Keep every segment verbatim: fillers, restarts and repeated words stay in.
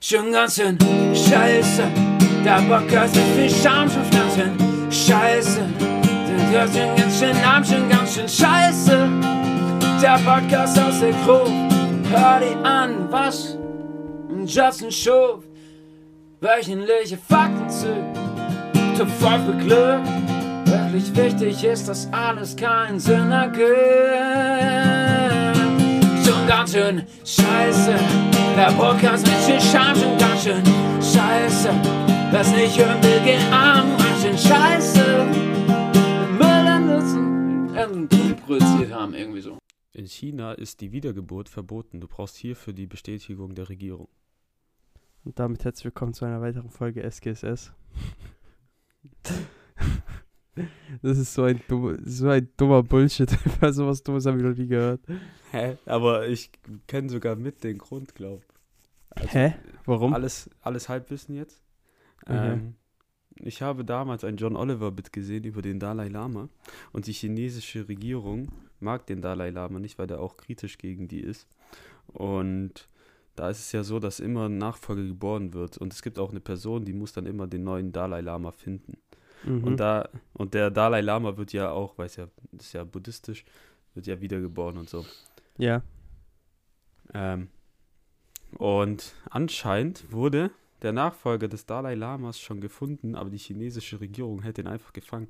Schon ganz schön scheiße, der Podcast mit viel Charme schon Pflanzen. Scheiße, den hört schon ganz schön arm, schon ganz schön scheiße. Der Podcast aus der Gruppe, hör die an, was Justin Schuf. Wöchentliche Fakten zu, Top fünf beglückt. Wirklich wichtig ist, dass alles keinen Sinn ergibt. Schon ganz schön scheiße, der Podcast mit viel Charme, schon ganz schön scheiße. Was nicht hören will, geht arm, ganz schön scheiße. Müll nutzen, produziert haben, irgendwie so. In China ist die Wiedergeburt verboten. Du brauchst hierfür die Bestätigung der Regierung. Und damit herzlich willkommen zu einer weiteren Folge S G S S. Das ist so ein, dumm, so ein dummer Bullshit. So was Dummes habe ich noch nie gehört. Hä? Aber ich kenne sogar mit den Grund, glaub. Also Hä? Warum? Alles, alles Halbwissen jetzt. Okay. Ähm, ich habe damals ein John Oliver-Bit gesehen über den Dalai Lama. Und die chinesische Regierung mag den Dalai Lama nicht, weil der auch kritisch gegen die ist. Und da ist es ja so, dass immer ein Nachfolger geboren wird. Und es gibt auch eine Person, die muss dann immer den neuen Dalai Lama finden. Mhm. Und da und der Dalai Lama wird ja auch, weiß ja, das ist ja buddhistisch, wird ja wiedergeboren und so. Ja. Ähm, und anscheinend wurde der Nachfolger des Dalai Lamas schon gefunden, aber die chinesische Regierung hätte ihn einfach gefangen.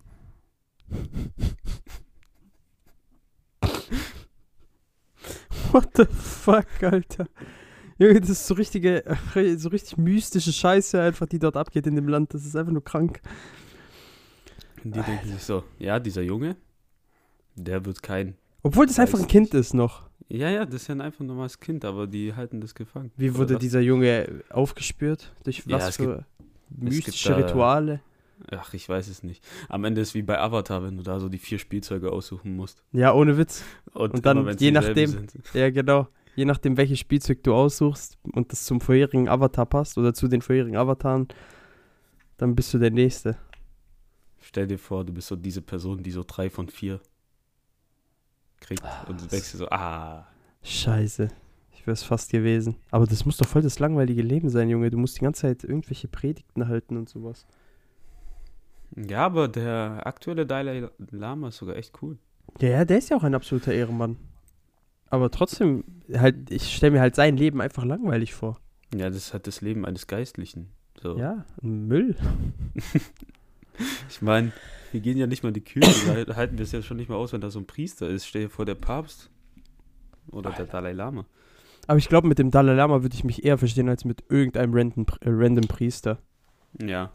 What the fuck, Alter? Junge, das ist so richtige, so richtig mystische Scheiße einfach, die dort abgeht in dem Land. Das ist einfach nur krank. Und die denken sich so, ja, dieser Junge, der wird kein... Obwohl das einfach ein Kind ist noch. Ja, ja, das ist ja ein einfach normales Kind, aber die halten das gefangen. Wie wurde Oder dieser Junge aufgespürt? Durch Ja, was es für mystische gibt da- Rituale? Ach, ich weiß es nicht. Am Ende ist wie bei Avatar, wenn du da so die vier Spielzeuge aussuchen musst. Ja, ohne Witz. Und, Und dann, immer, wenn's je dieselben nachdem- sind. Ja, genau. Je nachdem, welches Spielzeug du aussuchst und das zum vorherigen Avatar passt oder zu den vorherigen Avataren, dann bist du der Nächste. Stell dir vor, du bist so diese Person, die so drei von vier kriegt. Und du denkst dir so, ah. Scheiße. Ich wäre es fast gewesen. Aber das muss doch voll das langweilige Leben sein, Junge. Du musst die ganze Zeit irgendwelche Predigten halten und sowas. Ja, aber der aktuelle Dalai Lama ist sogar echt cool. Ja, ja, der ist ja auch ein absoluter Ehrenmann. Aber trotzdem, halt, ich stelle mir halt sein Leben einfach langweilig vor. Ja, das ist halt das Leben eines Geistlichen. So. Ja, Müll. Ich meine, wir gehen ja nicht mal in die Kirche, da halten wir es ja schon nicht mal aus, wenn da so ein Priester ist. Stell dir vor, der Papst oder der Dalai Lama. Aber ich glaube, mit dem Dalai Lama würde ich mich eher verstehen, als mit irgendeinem random, äh, random Priester. Ja.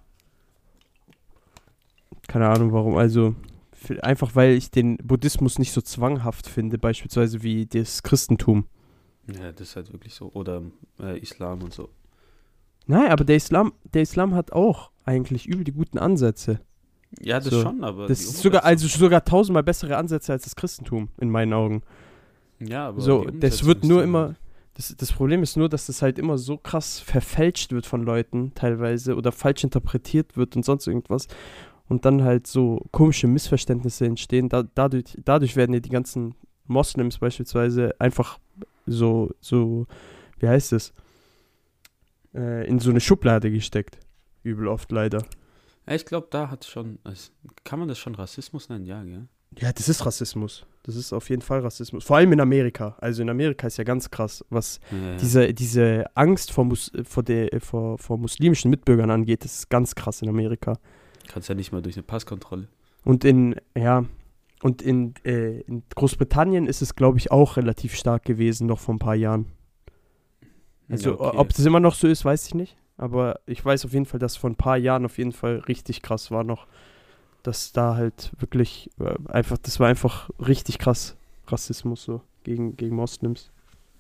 Keine Ahnung warum, also f- einfach weil ich den Buddhismus nicht so zwanghaft finde, beispielsweise wie das Christentum. Ja, das ist halt wirklich so. Oder äh, Islam und so. Nein, aber der Islam, der Islam hat auch eigentlich übel die guten Ansätze. Ja, das So. schon, aber Das die ist sogar, Umsetzung- also sogar tausendmal bessere Ansätze als das Christentum, in meinen Augen. Ja, aber So, die das Umsetzung wird ist nur dann immer, halt- das, das Problem ist nur, dass das halt immer so krass verfälscht wird von Leuten teilweise oder falsch interpretiert wird und sonst irgendwas. Und dann halt so komische Missverständnisse entstehen. Da, dadurch, dadurch werden ja die ganzen Moslems beispielsweise einfach so, so, wie heißt es, äh, in so eine Schublade gesteckt. Übel oft leider. Ja, ich glaube, da hat schon, also, kann man das schon Rassismus nennen? Ja, gell? Ja, das ist Rassismus. Das ist auf jeden Fall Rassismus. Vor allem in Amerika. Also in Amerika ist ja ganz krass, was Ja, ja. diese, diese Angst vor, Mus vor, der, vor, vor muslimischen Mitbürgern angeht. Das ist ganz krass in Amerika. Kannst ja nicht mal durch eine Passkontrolle. Und in, ja, und in, äh, in Großbritannien ist es, glaube ich, auch relativ stark gewesen, noch vor ein paar Jahren. Also, Ja, okay. ob das immer noch so ist, weiß ich nicht. Aber ich weiß auf jeden Fall, dass vor ein paar Jahren auf jeden Fall richtig krass war noch. Dass da halt wirklich äh, einfach, das war einfach richtig krass Rassismus so gegen, gegen Moslems.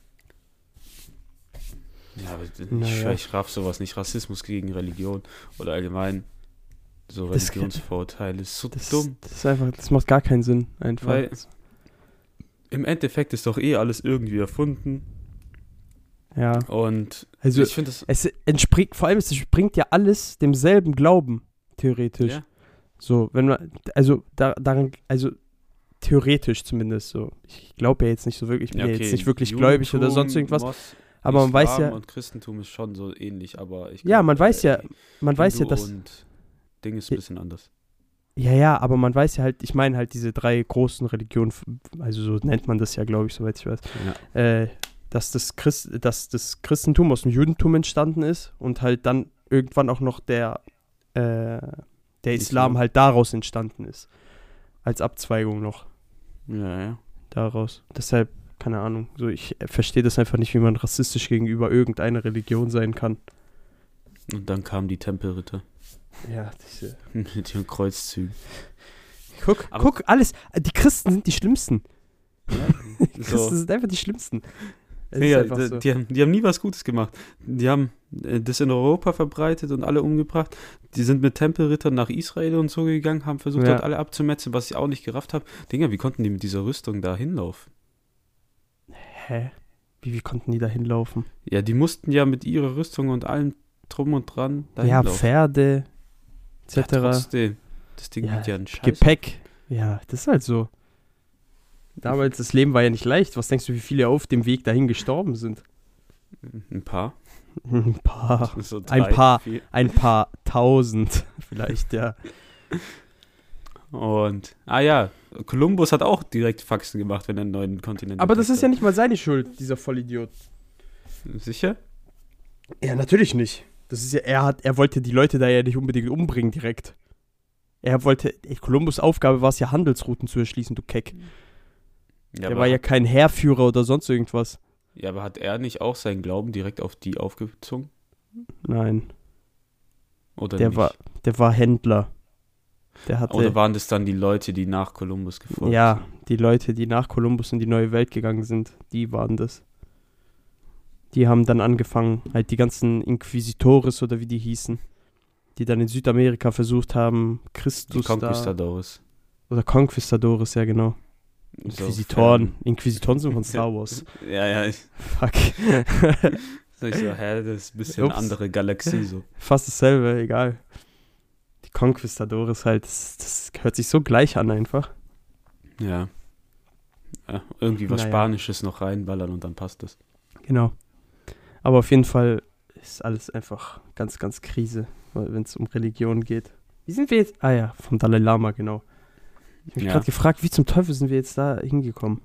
Ja, aber ich, Naja. ich raff sowas nicht. Rassismus gegen Religion oder allgemein so Das- Religionsvorurteile ist so Das, dumm. das ist einfach, das macht gar keinen Sinn, einfach. Weil im Endeffekt ist doch eh alles irgendwie erfunden ja. und Also ich finde das, es entspringt, vor allem es entspringt ja alles demselben Glauben, theoretisch. ja, So, wenn man, also da, daran, also theoretisch zumindest so. Ich glaube ja jetzt nicht so wirklich, ich bin ja, ja okay, jetzt nicht wirklich gläubig oder sonst Judentum, irgendwas. Mos- Aber man weiß ja, und Christentum ist schon so ähnlich, aber ich ja, glaub, man weiß äh, ja, man weiß ja, Hindu dass, und Ding ist ein bisschen anders. ja, ja, aber man weiß ja halt, ich meine halt diese drei großen Religionen, also so nennt man das ja, glaube ich, soweit ich weiß, Ja. äh, dass das Christ, dass das Christentum aus dem Judentum entstanden ist und halt dann irgendwann auch noch der, äh, der Islam, Islam. halt daraus entstanden ist. Als Abzweigung noch Ja, ja. daraus. Deshalb, keine Ahnung, so ich verstehe das einfach nicht, wie man rassistisch gegenüber irgendeiner Religion sein kann. Und dann kamen die Tempelritter Ja, diese. mit ihren Kreuzzügen. Guck, Aber- guck, alles. Die Christen sind die Schlimmsten. Ja, Die Christen so. sind einfach die Schlimmsten. Es ist Ja, einfach die, so. die, haben, die haben nie was Gutes gemacht. Die haben äh, das in Europa verbreitet und alle umgebracht. Die sind mit Tempelrittern nach Israel und so gegangen, haben versucht, Ja. dort alle abzumetzen, was ich auch nicht gerafft habe. Digga, wie konnten die mit dieser Rüstung da hinlaufen? Hä? Wie, wie konnten die da hinlaufen? Ja, die mussten ja mit ihrer Rüstung und allem drum und dran da Ja, hinlaufen. Pferde, et Ja, cetera. trotzdem. Das Ding Ja, wiegt ja einen Scheiß. Gepäck. Ja, das ist halt so. Damals, das Leben war ja nicht leicht. Was denkst du, wie viele auf dem Weg dahin gestorben sind? Ein paar. Ein paar. So Ein drei, paar. vier. Ein paar tausend vielleicht, ja. Und, ah ja, Kolumbus hat auch direkt Faxen gemacht, wenn er einen neuen Kontinent Aber das entdeckt ist ja nicht mal seine Schuld, dieser Vollidiot. hat. Sicher? Ja, natürlich nicht. Das ist ja, er hat, er wollte die Leute da ja nicht unbedingt umbringen direkt. Er wollte, ey, Kolumbus' Aufgabe war es ja, Handelsrouten zu erschließen, du Keck. Ja, Der aber war ja hat, kein Heerführer oder sonst irgendwas. ja, aber hat er nicht auch seinen Glauben direkt auf die aufgezogen? Nein, Oder der nicht? war, der war Händler. Der hatte, Oder waren das dann die Leute, die nach Kolumbus gefolgt ja, sind? die Leute, die nach Kolumbus in die neue Welt gegangen sind, die waren das. Die haben dann angefangen, halt die ganzen Inquisitores oder wie die hießen, die dann in Südamerika versucht haben, Die Christus da, Conquistadores. oder Conquistadores, ja genau. Inquisitoren. Inquisitoren sind von Star Wars. Ja, ja. Ich, Fuck. so, ich so, hä, das ist ein bisschen eine Ups. andere Galaxie so. Fast dasselbe, egal. Die Conquistadores halt, das, das hört sich so gleich an einfach. Ja. ja irgendwie was Naja. Spanisches noch reinballern und dann passt das. Genau. Aber auf jeden Fall ist alles einfach ganz, ganz Krise, wenn es um Religion geht. Wie sind wir jetzt? Ah ja, vom Dalai Lama, genau. Ich habe mich Ja. gerade gefragt, wie zum Teufel sind wir jetzt da hingekommen?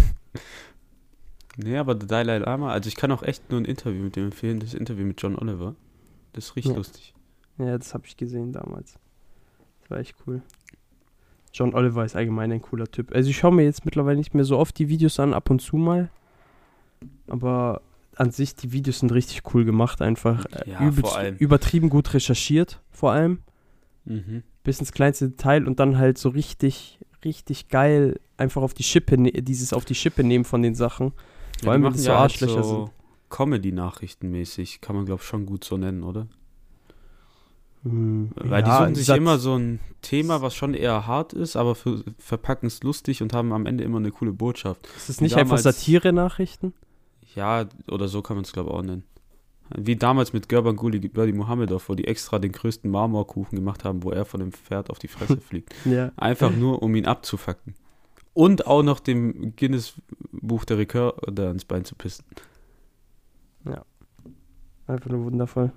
Nee, aber der Dalai Lama, also ich kann auch echt nur ein Interview mit dem empfehlen, das Interview mit John Oliver. Das ist richtig Ja. lustig. Ja, das habe ich gesehen damals. Das war echt cool. John Oliver ist allgemein ein cooler Typ. Also ich schaue mir jetzt mittlerweile nicht mehr so oft die Videos an, ab und zu mal. Aber an sich, die Videos sind richtig cool gemacht, einfach. Äh, Ja, übelst, vor allem. Übertrieben gut recherchiert, vor allem. Mhm. Bis ins kleinste Detail und dann halt so richtig, richtig geil einfach auf die Schippe, ne- dieses auf die Schippe nehmen von den Sachen. Vor Ja, allem, die wenn machen es so ja halt Arschlöcher so sind. Comedy-Nachrichten-mäßig, kann man glaube ich schon gut so nennen, oder? Hm, Weil die ja, suchen sich Satz- immer so ein Thema, was schon eher hart ist, aber für, verpacken es lustig und haben am Ende immer eine coole Botschaft. Ist das nicht wie einfach damals- Satire-Nachrichten? Ja, oder so kann man es glaube ich auch nennen. Wie damals mit Gurbanguly Berdi Mohamedov, wo die extra den größten Marmorkuchen gemacht haben, wo er von dem Pferd auf die Fresse fliegt. Ja. Einfach nur, um ihn abzufacken. Und auch noch dem Guinness-Buch der Rekorde ins Bein zu pissen. Einfach nur wundervoll.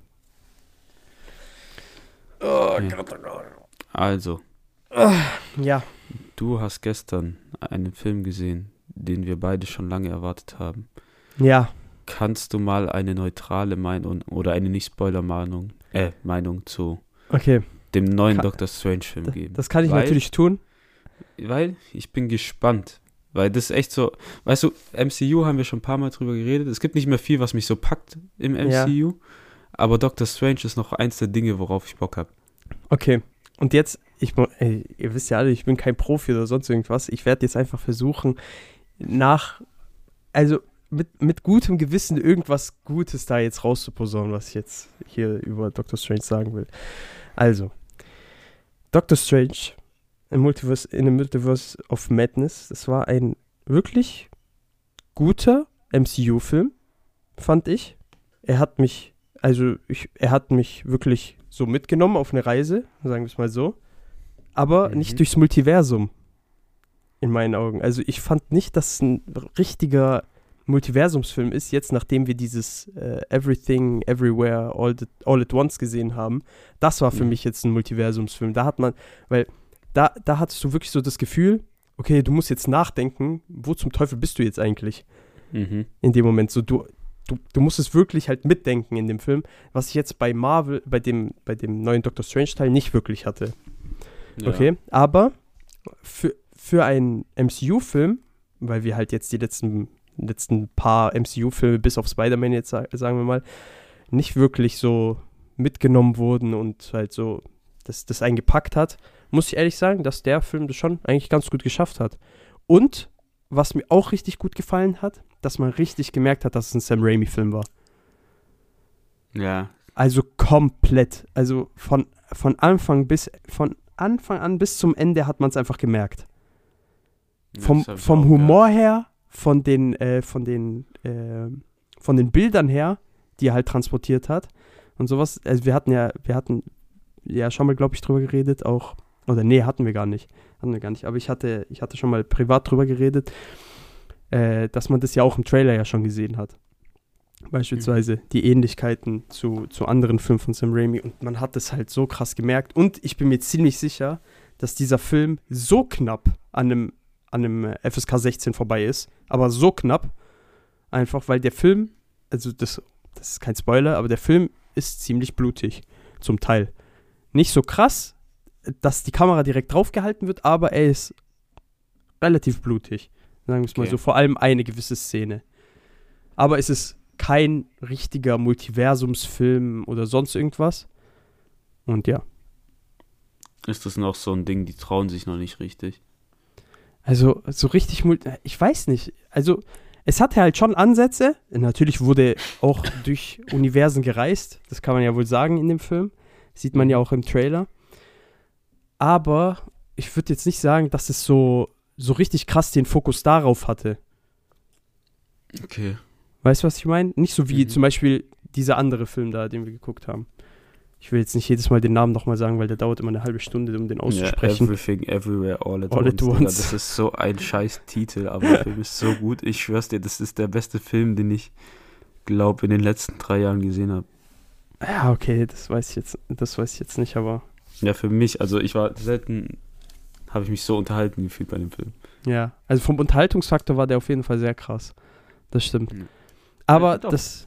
Also, Ja. du hast gestern einen Film gesehen, den wir beide schon lange erwartet haben. Ja. Kannst du mal eine neutrale Meinung oder eine Nicht-Spoiler-Meinung äh, Meinung zu Okay. dem neuen Ka- Doctor Strange-Film D- geben? Das kann ich Weil- natürlich tun. Weil ich bin gespannt. Weil das ist echt so, weißt du, M C U haben wir schon ein paar Mal drüber geredet. Es gibt nicht mehr viel, was mich so packt im M C U. Aber Doctor Strange ist noch eins der Dinge, worauf ich Bock habe. Okay. Und jetzt, ich, mu- ey, ihr wisst ja alle, ich bin kein Profi oder sonst irgendwas. Ich werde jetzt einfach versuchen, nach, also mit, mit gutem Gewissen irgendwas Gutes da jetzt rauszuposaunen, was ich jetzt hier über Doctor Strange sagen will. Also, Doctor Strange im Multiverse, in the Multiverse of Madness, das war ein wirklich guter M C U-Film, fand ich. Er hat mich, also ich, er hat mich wirklich so mitgenommen auf eine Reise, sagen wir es mal so, aber Mhm. nicht durchs Multiversum, in meinen Augen. Also ich fand nicht, dass es ein richtiger Multiversumsfilm ist, jetzt nachdem wir dieses äh, Everything, Everywhere, all, the, all at Once gesehen haben, das war für Mhm. mich jetzt ein Multiversumsfilm. Da hat man, weil da, da hattest du wirklich so das Gefühl, okay, du musst jetzt nachdenken, wo zum Teufel bist du jetzt eigentlich Mhm. in dem Moment? So, du, du, du musst es wirklich halt mitdenken in dem Film, was ich jetzt bei Marvel, bei dem, bei dem neuen Doctor Strange-Teil nicht wirklich hatte. Ja. Okay, aber für, für einen M C U-Film, weil wir halt jetzt die letzten, letzten paar M C U-Filme bis auf Spider-Man jetzt, sa- sagen wir mal, nicht wirklich so mitgenommen wurden und halt so das, das einen gepackt hat, muss ich ehrlich sagen, dass der Film das schon eigentlich ganz gut geschafft hat. Und was mir auch richtig gut gefallen hat, dass man richtig gemerkt hat, dass es ein Sam Raimi-Film war. Ja. Also komplett. Also von, von Anfang bis von Anfang an bis zum Ende hat man es einfach gemerkt. Vom, Das hab ich vom auch Humor her, von den, äh, von den, äh, von den Bildern her, die er halt transportiert hat und sowas. Also wir hatten ja, wir hatten ja schon mal, glaube ich, drüber geredet, auch, oder nee, hatten wir gar nicht. Hatten wir gar nicht, aber ich hatte, ich hatte schon mal privat drüber geredet, äh, dass man das ja auch im Trailer ja schon gesehen hat. Beispielsweise Mhm. die Ähnlichkeiten zu, zu anderen Filmen von Sam Raimi und man hat es halt so krass gemerkt und ich bin mir ziemlich sicher, dass dieser Film so knapp an einem, an einem äh, F S K sechzehn vorbei ist, aber so knapp, einfach weil der Film, also das, das ist kein Spoiler, aber der Film ist ziemlich blutig, zum Teil. Nicht so krass, dass die Kamera direkt draufgehalten wird, aber er ist relativ blutig, sagen wir es mal Okay. so, vor allem eine gewisse Szene. Aber es ist kein richtiger Multiversumsfilm oder sonst irgendwas. Und ja, Ist das noch so ein Ding, die trauen sich noch nicht richtig? also so richtig, mul- ich weiß nicht. Also es hatte halt schon Ansätze. Natürlich wurde auch durch Universen gereist. Das kann man ja wohl sagen in dem Film. Sieht man ja auch im Trailer. Aber ich würde jetzt nicht sagen, dass es so, so richtig krass den Fokus darauf hatte. Okay. Weißt du, was ich meine? Nicht so wie Mhm. zum Beispiel dieser andere Film da, den wir geguckt haben. Ich will jetzt nicht jedes Mal den Namen nochmal sagen, weil der dauert immer eine halbe Stunde, um den auszusprechen. Ja, Everything, Everywhere, All at All Once. at Digga. Once. Das ist so ein scheiß Titel, aber der Film ist so gut. Ich schwör's dir, das ist der beste Film, den ich, glaube, in den letzten drei Jahren gesehen habe. Ja, okay, das weiß ich jetzt, das weiß ich jetzt nicht, aber Ja, für mich, also ich war selten, habe ich mich so unterhalten gefühlt bei dem Film. ja. Also vom Unterhaltungsfaktor war der auf jeden Fall sehr krass. Das stimmt. Mhm. Aber Ja, doch. das,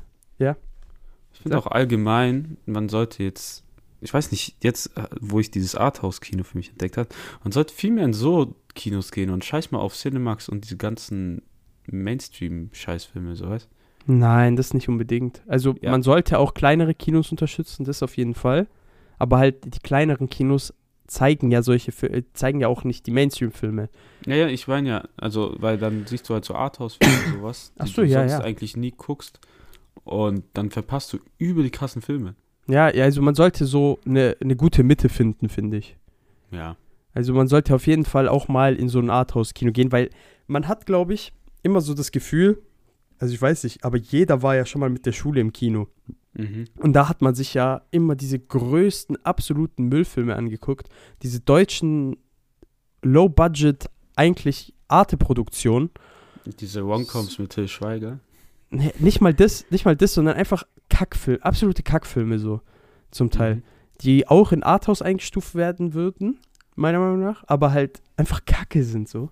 Ich finde auch allgemein, man sollte jetzt, ich weiß nicht, jetzt, äh, wo ich dieses Arthouse-Kino für mich entdeckt habe, man sollte viel mehr in so Kinos gehen und scheiß mal auf Cinemax und diese ganzen Mainstream-Scheißfilme, so weißt. nein, das nicht unbedingt. Also Ja. man sollte auch kleinere Kinos unterstützen, das auf jeden Fall. Aber halt die kleineren Kinos zeigen ja solche, Fi- äh, zeigen ja auch nicht die Mainstream-Filme. Ja, ja, ich meine ja, also, weil dann siehst du halt so Arthouse-Filme und sowas, Ach die so, du ja, sonst ja. eigentlich nie guckst und dann verpasst du übel die krassen Filme. Ja, ja, also man sollte so eine, eine gute Mitte finden, finde ich. Ja. Also man sollte auf jeden Fall auch mal in so ein Arthouse-Kino gehen, weil man hat, glaube ich, immer so das Gefühl, also ich weiß nicht, aber jeder war ja schon mal mit der Schule im Kino. Mhm. Und da hat man sich ja immer diese größten, absoluten Müllfilme angeguckt. Diese deutschen Low-Budget, eigentlich Arte-Produktionen. Diese Rom-Coms mit Till Schweiger. Nee, nicht mal das, nicht mal das, sondern einfach Kackfilme, absolute Kackfilme so, zum Teil. Mhm. Die auch in Arthouse eingestuft werden würden, meiner Meinung nach, aber halt einfach Kacke sind so.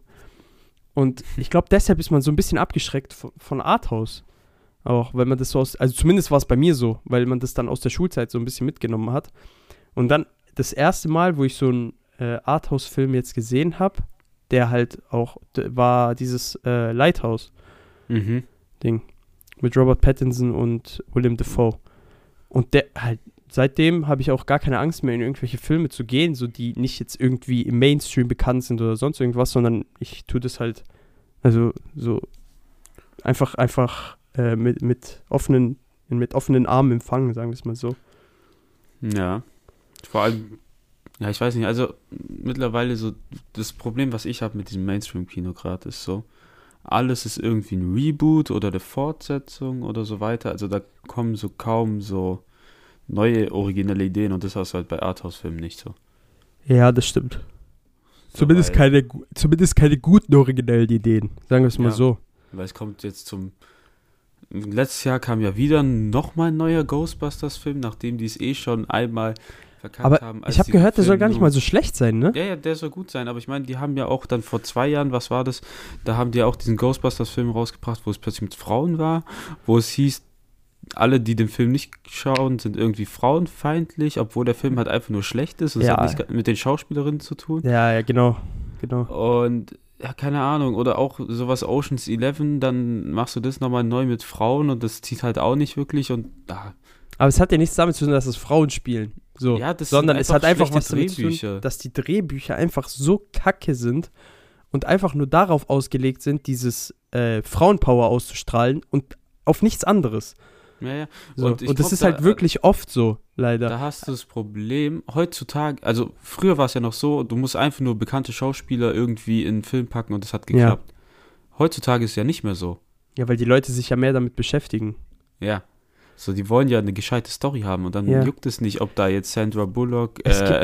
Und ich glaube, deshalb ist man so ein bisschen abgeschreckt von, von Arthouse. Auch, weil man das so aus, also zumindest war es bei mir so, weil man das dann aus der Schulzeit so ein bisschen mitgenommen hat. Und dann das erste Mal, wo ich so einen äh, Arthouse-Film jetzt gesehen habe, der halt auch, d- war dieses äh, Lighthouse-Ding Mhm. mit Robert Pattinson und Willem Dafoe. Und der halt, seitdem habe ich auch gar keine Angst mehr, in irgendwelche Filme zu gehen, so die nicht jetzt irgendwie im Mainstream bekannt sind oder sonst irgendwas, sondern ich tue das halt, also so einfach, einfach äh, mit, mit offenen, mit offenen Armen empfangen, sagen wir es mal so. Ja. Vor allem, ja, ich weiß nicht, also mittlerweile so, das Problem, was ich habe mit diesem Mainstream-Kino gerade, ist so, alles ist irgendwie ein Reboot oder eine Fortsetzung oder so weiter. Also da kommen so kaum so neue, originelle Ideen und das hast du halt bei Arthouse-Filmen nicht so. Ja, das stimmt. so Zumindest weil, keine, gu- zumindest keine guten originellen Ideen, sagen wir es mal Ja. so. Weil es kommt jetzt zum letztes Jahr kam ja wieder nochmal ein neuer Ghostbusters-Film, nachdem die es eh schon einmal verkackt Aber haben. ich habe gehört, der soll gar nicht mal so schlecht sein, ne? Ja, ja, der soll gut sein, aber ich meine, die haben ja auch dann vor zwei Jahren, was war das, da haben die ja auch diesen Ghostbusters-Film rausgebracht, wo es plötzlich mit Frauen war, wo es hieß, alle, die den Film nicht schauen, sind irgendwie frauenfeindlich, obwohl der Film halt einfach nur schlecht ist und es Ja. hat nichts mit den Schauspielerinnen zu tun. Ja, ja, genau. genau. Und ja, keine Ahnung, oder auch sowas Ocean's Eleven, dann machst du das nochmal neu mit Frauen und das zieht halt auch nicht wirklich und ah, Aber es hat ja nichts damit zu tun, dass es Frauen spielen. So. Ja, das sind sondern es einfach hat einfach schlechte was damit zu Drehbücher. tun, dass die Drehbücher einfach so kacke sind und einfach nur darauf ausgelegt sind, dieses äh, Frauenpower auszustrahlen und auf nichts anderes. ja, ja. So. Und Und, ich das glaub, ist da- halt wirklich oft so, leider. Da hast du das Problem, heutzutage, also früher war es ja noch so, du musst einfach nur bekannte Schauspieler irgendwie in einen Film packen und das hat geklappt. Heutzutage ist es ja nicht mehr so. Ja, weil die Leute sich ja mehr damit beschäftigen. Ja. So, die wollen ja eine gescheite Story haben und dann Ja. juckt es nicht, ob da jetzt Sandra Bullock, Es äh,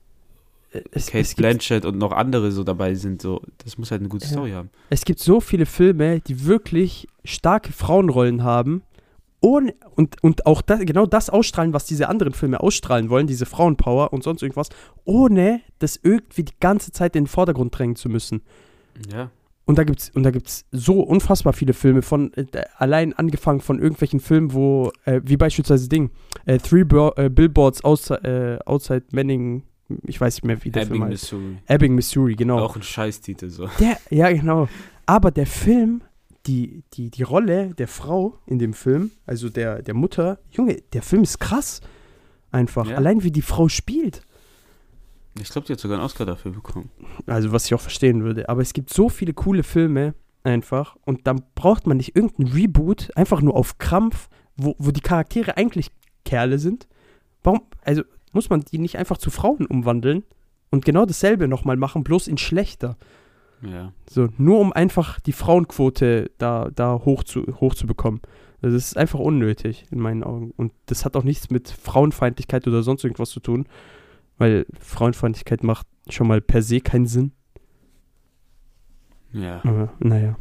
Es, Kate es, gibt, Blanchett und noch andere so dabei sind. So, das muss halt eine gute Ja. Story haben. es gibt so viele Filme, die wirklich starke Frauenrollen haben ohne, und, und auch das, genau das ausstrahlen, was diese anderen Filme ausstrahlen wollen, diese Frauenpower und sonst irgendwas, ohne das irgendwie die ganze Zeit in den Vordergrund drängen zu müssen. Ja. Und da gibt's und da gibt's so unfassbar viele Filme von äh, allein angefangen von irgendwelchen Filmen, wo äh, wie beispielsweise Ding äh, Three Bo- äh, Billboards outside, äh, outside Manning, ich weiß nicht mehr wie der Ebbing, Film heißt. Missouri. Ebbing, Missouri, genau. Auch ein Scheißtitel so. Der, ja genau. Aber der Film, die die die Rolle der Frau in dem Film, also der der Mutter, Junge, der Film ist krass, einfach. Ja. Allein wie die Frau spielt. Ich glaube, die hat sogar einen Oscar dafür bekommen. Also was ich auch verstehen würde. Aber es gibt so viele coole Filme einfach und dann braucht man nicht irgendein Reboot, einfach nur auf Krampf, wo, wo die Charaktere eigentlich Kerle sind. Warum, also muss man die nicht einfach zu Frauen umwandeln und genau dasselbe nochmal machen, bloß in schlechter. Ja. So, nur um einfach die Frauenquote da, da hoch, zu, hoch zu bekommen. Das ist einfach unnötig in meinen Augen. Und das hat auch nichts mit Frauenfeindlichkeit oder sonst irgendwas zu tun. Weil Frauenfeindlichkeit macht schon mal per se keinen Sinn. Ja. Aber naja.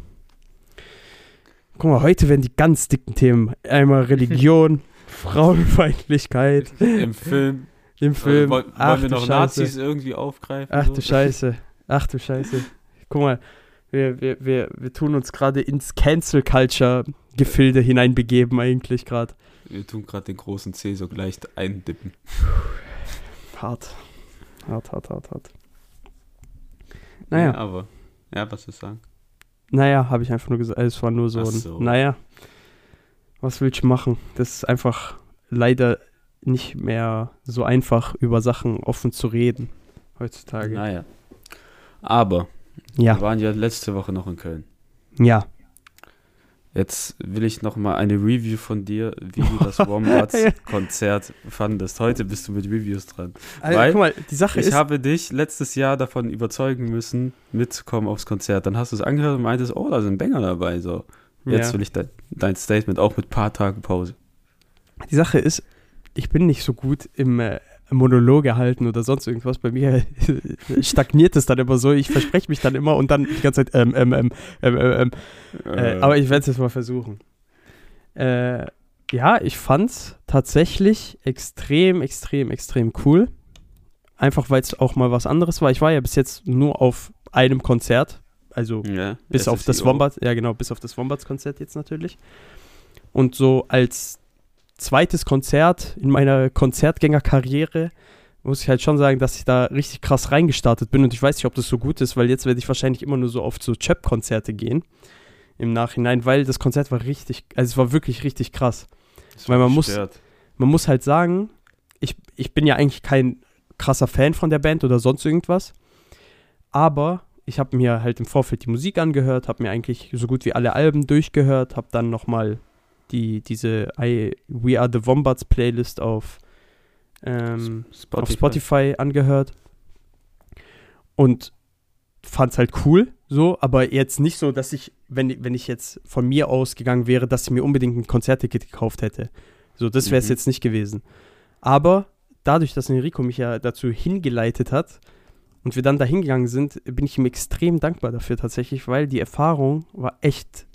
Guck mal, heute werden die ganz dicken Themen. Einmal Religion, Frauenfeindlichkeit Im Film. im Film. Wollen, Ach wollen wir du noch Scheiße. Nazis irgendwie aufgreifen? Ach so? du Scheiße. Ach du Scheiße. Guck mal, wir, wir, wir, wir tun uns gerade ins Cancel-Culture-Gefilde hineinbegeben eigentlich gerade. Wir tun gerade den großen C so gleich eindippen. Hart. Hart, hart, hart, hart. Naja. Naja, Ja, aber, ja, was willst du sagen? naja, habe ich einfach nur gesagt. Es war nur so Ach ein, so. naja, was willst du machen? Das ist einfach leider nicht mehr so einfach, über Sachen offen zu reden heutzutage. Naja. Aber, Ja, wir waren ja letzte Woche noch in Köln. ja. Jetzt will ich noch mal eine Review von dir, wie du das Wombats-Konzert fandest. Heute bist du mit Reviews dran. Also, Weil guck mal, die Sache Ich ist, habe dich letztes Jahr davon überzeugen müssen, mitzukommen aufs Konzert. Dann hast du es angehört und meintest, oh, da sind Banger dabei. So. Jetzt ja. will ich de- dein Statement auch mit ein paar Tagen Pause. Die Sache ist, ich bin nicht so gut im äh, Monologe halten oder sonst irgendwas. Bei mir stagniert es dann immer so. Ich verspreche mich dann immer und dann die ganze Zeit ähm, ähm, ähm, ähm, ähm, ähm. Äh, aber ich werde es jetzt mal versuchen. Äh, ja, ich fand's tatsächlich extrem, extrem, extrem cool. Einfach, weil es auch mal was anderes war. Ich war ja bis jetzt nur auf einem Konzert. Also ja, bis auf das Wombats, ja genau, bis auf das Wombats-Konzert jetzt natürlich. Und so als zweites Konzert in meiner Konzertgängerkarriere muss ich halt schon sagen, dass ich da richtig krass reingestartet bin und ich weiß nicht, ob das so gut ist, weil jetzt werde ich wahrscheinlich immer nur so auf so Chap-Konzerte gehen im Nachhinein, weil das Konzert war richtig, also es war wirklich richtig krass. Weil man muss, man muss halt sagen, ich, ich bin ja eigentlich kein krasser Fan von der Band oder sonst irgendwas, aber ich habe mir halt im Vorfeld die Musik angehört, habe mir eigentlich so gut wie alle Alben durchgehört, habe dann nochmal die, diese I, We Are The Wombats Playlist auf, ähm, Spotify. auf Spotify angehört und fand's halt cool, so, aber jetzt nicht so, dass ich, wenn, wenn ich jetzt von mir ausgegangen wäre, dass ich mir unbedingt ein Konzertticket gekauft hätte. So, das wäre es Mhm. jetzt nicht gewesen. Aber dadurch, dass Enrico mich ja dazu hingeleitet hat und wir dann da hingegangen sind, bin ich ihm extrem dankbar dafür tatsächlich, weil die Erfahrung war echt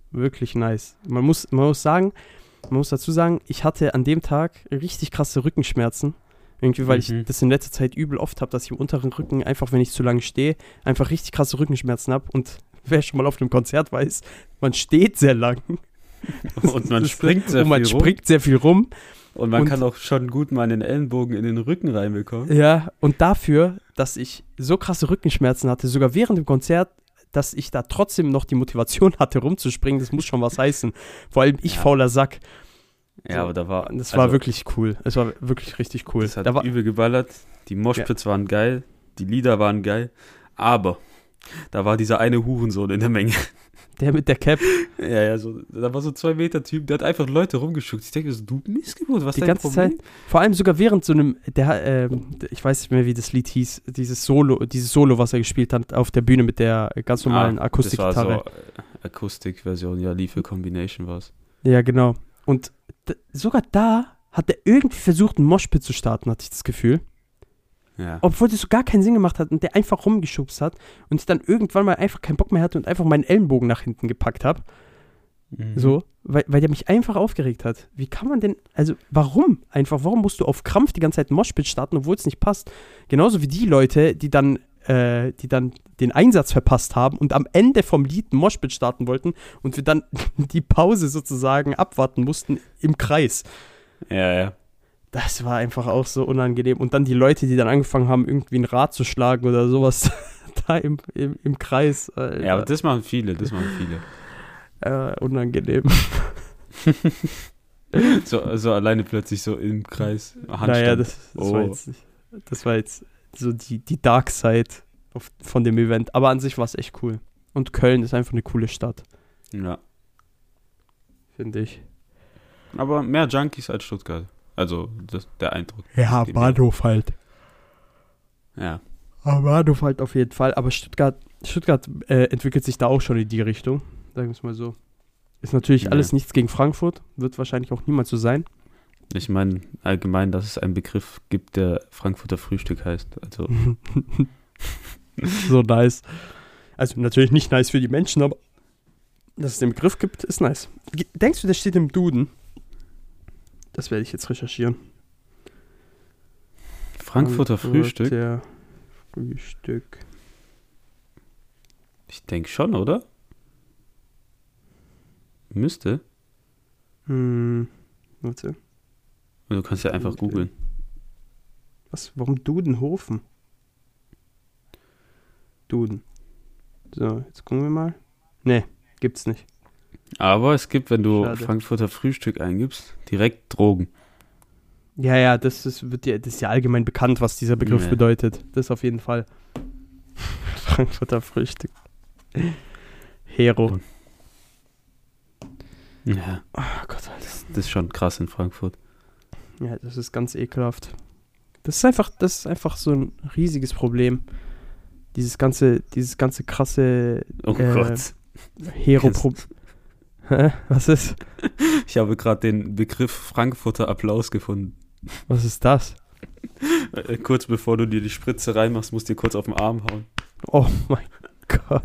Wirklich nice. Man muss, man muss sagen, man muss dazu sagen, ich hatte an dem Tag richtig krasse Rückenschmerzen. Irgendwie, weil Mhm. ich das in letzter Zeit übel oft habe, dass ich im unteren Rücken einfach, wenn ich zu lange stehe, einfach richtig krasse Rückenschmerzen habe. Und wer schon mal auf einem Konzert weiß, man steht sehr lang. Und man Das ist- springt sehr und man viel rum. springt sehr viel rum. Und man und- kann auch schon gut mal einen Ellenbogen in den Rücken reinbekommen. Ja, und dafür, dass ich so krasse Rückenschmerzen hatte, sogar während dem Konzert, dass ich da trotzdem noch die Motivation hatte, rumzuspringen, das muss schon was heißen. Vor allem ich, Ja. fauler Sack. Ja, So. aber da war... Das also, war wirklich cool. Es war wirklich richtig cool. Das hat Da war, übel geballert. Die Moshpits waren geil. Die Lieder waren geil. Aber da war dieser eine Hurensohn in der Menge. der mit der Cap Ja, ja, so, da war so zwei Meter Typ, der hat einfach Leute rumgeschuckt. Ich denke so, du Missgeburt, was die ist dein ganze Problem? Zeit, vor allem sogar während so einem, der, ähm, ich weiß nicht mehr, wie das Lied hieß, dieses Solo, dieses Solo, was er gespielt hat auf der Bühne mit der ganz normalen Ah, Akustikgitarre. Das war so äh, Akustikversion, ja, Lethal Combination war es. Ja, genau. Und d- sogar da hat er irgendwie versucht, einen Moshpit zu starten, hatte ich das Gefühl. Ja. Obwohl das so gar keinen Sinn gemacht hat und der einfach rumgeschubst hat und ich dann irgendwann mal einfach keinen Bock mehr hatte und einfach meinen Ellenbogen nach hinten gepackt habe. Mhm. So, weil, weil der mich einfach aufgeregt hat. Wie kann man denn, also warum einfach, warum musst du auf Krampf die ganze Zeit einen Moshpit starten, obwohl es nicht passt? Genauso wie die Leute, die dann, äh, die dann den Einsatz verpasst haben und am Ende vom Lied einen Moshpit starten wollten und wir dann die Pause sozusagen abwarten mussten im Kreis. Ja, ja. Das war einfach auch so unangenehm. Und dann die Leute, die dann angefangen haben, irgendwie ein Rad zu schlagen oder sowas da im, im, im Kreis. Alter. Ja, aber das machen viele, das machen viele. äh, unangenehm. So, so alleine plötzlich so im Kreis. Handstand. Naja, das, das Oh. war jetzt nicht, das war jetzt so die, die Dark Side auf, von dem Event. Aber an sich war es echt cool. Und Köln ist einfach eine coole Stadt, Ja. finde ich. Aber mehr Junkies als Stuttgart. Also, das, der Eindruck. Ja, Geht mir. Bahnhof halt. Ja. Aber Bahnhof halt auf jeden Fall. Aber Stuttgart, Stuttgart äh, entwickelt sich da auch schon in die Richtung. Sagen wir es mal so. Ist natürlich Ja. alles nichts gegen Frankfurt. Wird wahrscheinlich auch niemals so sein. Ich meine allgemein, dass es einen Begriff gibt, der Frankfurter Frühstück heißt. Also, So nice. Also natürlich nicht nice für die Menschen, aber dass es den Begriff gibt, ist nice. Ge- Denkst du, der steht im Duden? Das werde ich jetzt recherchieren. Frankfurter Frühstück? Der Frühstück. Ich denke schon, oder? Müsste. Hm, warte. Du kannst ja einfach Okay. googeln. Was, warum Dudenhofen? Duden. So, jetzt gucken wir mal. Nee, gibt's nicht. Aber es gibt, wenn du Schade. Frankfurter Frühstück eingibst, direkt Drogen. Ja, ja, das ist, wird ja, das ist ja allgemein bekannt, was dieser Begriff Nee. bedeutet. Das auf jeden Fall. Frankfurter Frühstück. Hero. Ja, Oh Gott, Alter. das ist schon krass in Frankfurt. Ja, das ist ganz ekelhaft. Das ist einfach, das ist einfach so ein riesiges Problem. Dieses ganze, dieses ganze krasse Oh Äh, Gott. Hero-Pro... Hä? Was ist? Ich habe gerade den Begriff Frankfurter Applaus gefunden. Was ist das? Äh, kurz bevor du dir die Spritze reinmachst, musst du dir kurz auf den Arm hauen. Oh mein Gott.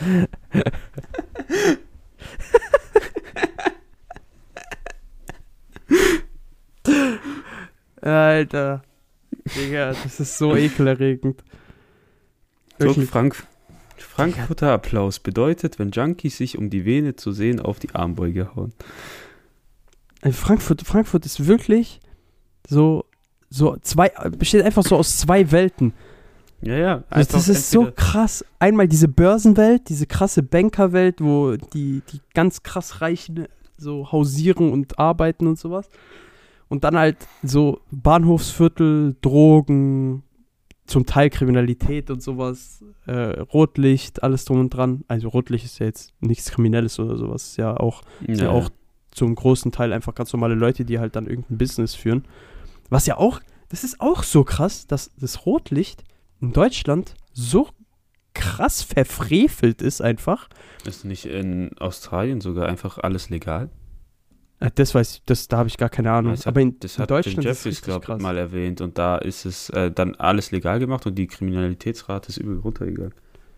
Alter. Digga, das ist so ekelerregend. So, Wirklich. Frank Frankfurter Applaus bedeutet, wenn Junkies sich um die Vene zu sehen auf die Armbeuge hauen. Also Frankfurt, Frankfurt ist wirklich so, so zwei, besteht einfach so aus zwei Welten. Ja, ja. Also das einfach ist so entweder- krass. Einmal diese Börsenwelt, diese krasse Bankerwelt, wo die, die ganz krass Reichen so hausieren und arbeiten und sowas. Und dann halt so Bahnhofsviertel, Drogen, zum Teil Kriminalität und sowas, äh, Rotlicht, alles drum und dran. Also Rotlicht ist ja jetzt nichts Kriminelles oder sowas. Ist ja auch, ist ja Ja, auch zum großen Teil einfach ganz normale Leute, die halt dann irgendein Business führen. Was ja auch, das ist auch so krass, dass das Rotlicht in Deutschland so krass verfrevelt ist einfach. Ist nicht in Australien sogar einfach alles legal? Äh, Das weiß ich, das, da habe ich gar keine Ahnung. Das hat, Aber in, das in hat Deutschland Jim ist es Jeffries, richtig glaube ich, krass. mal erwähnt. Und da ist es äh, dann alles legal gemacht und die Kriminalitätsrate ist übel runtergegangen.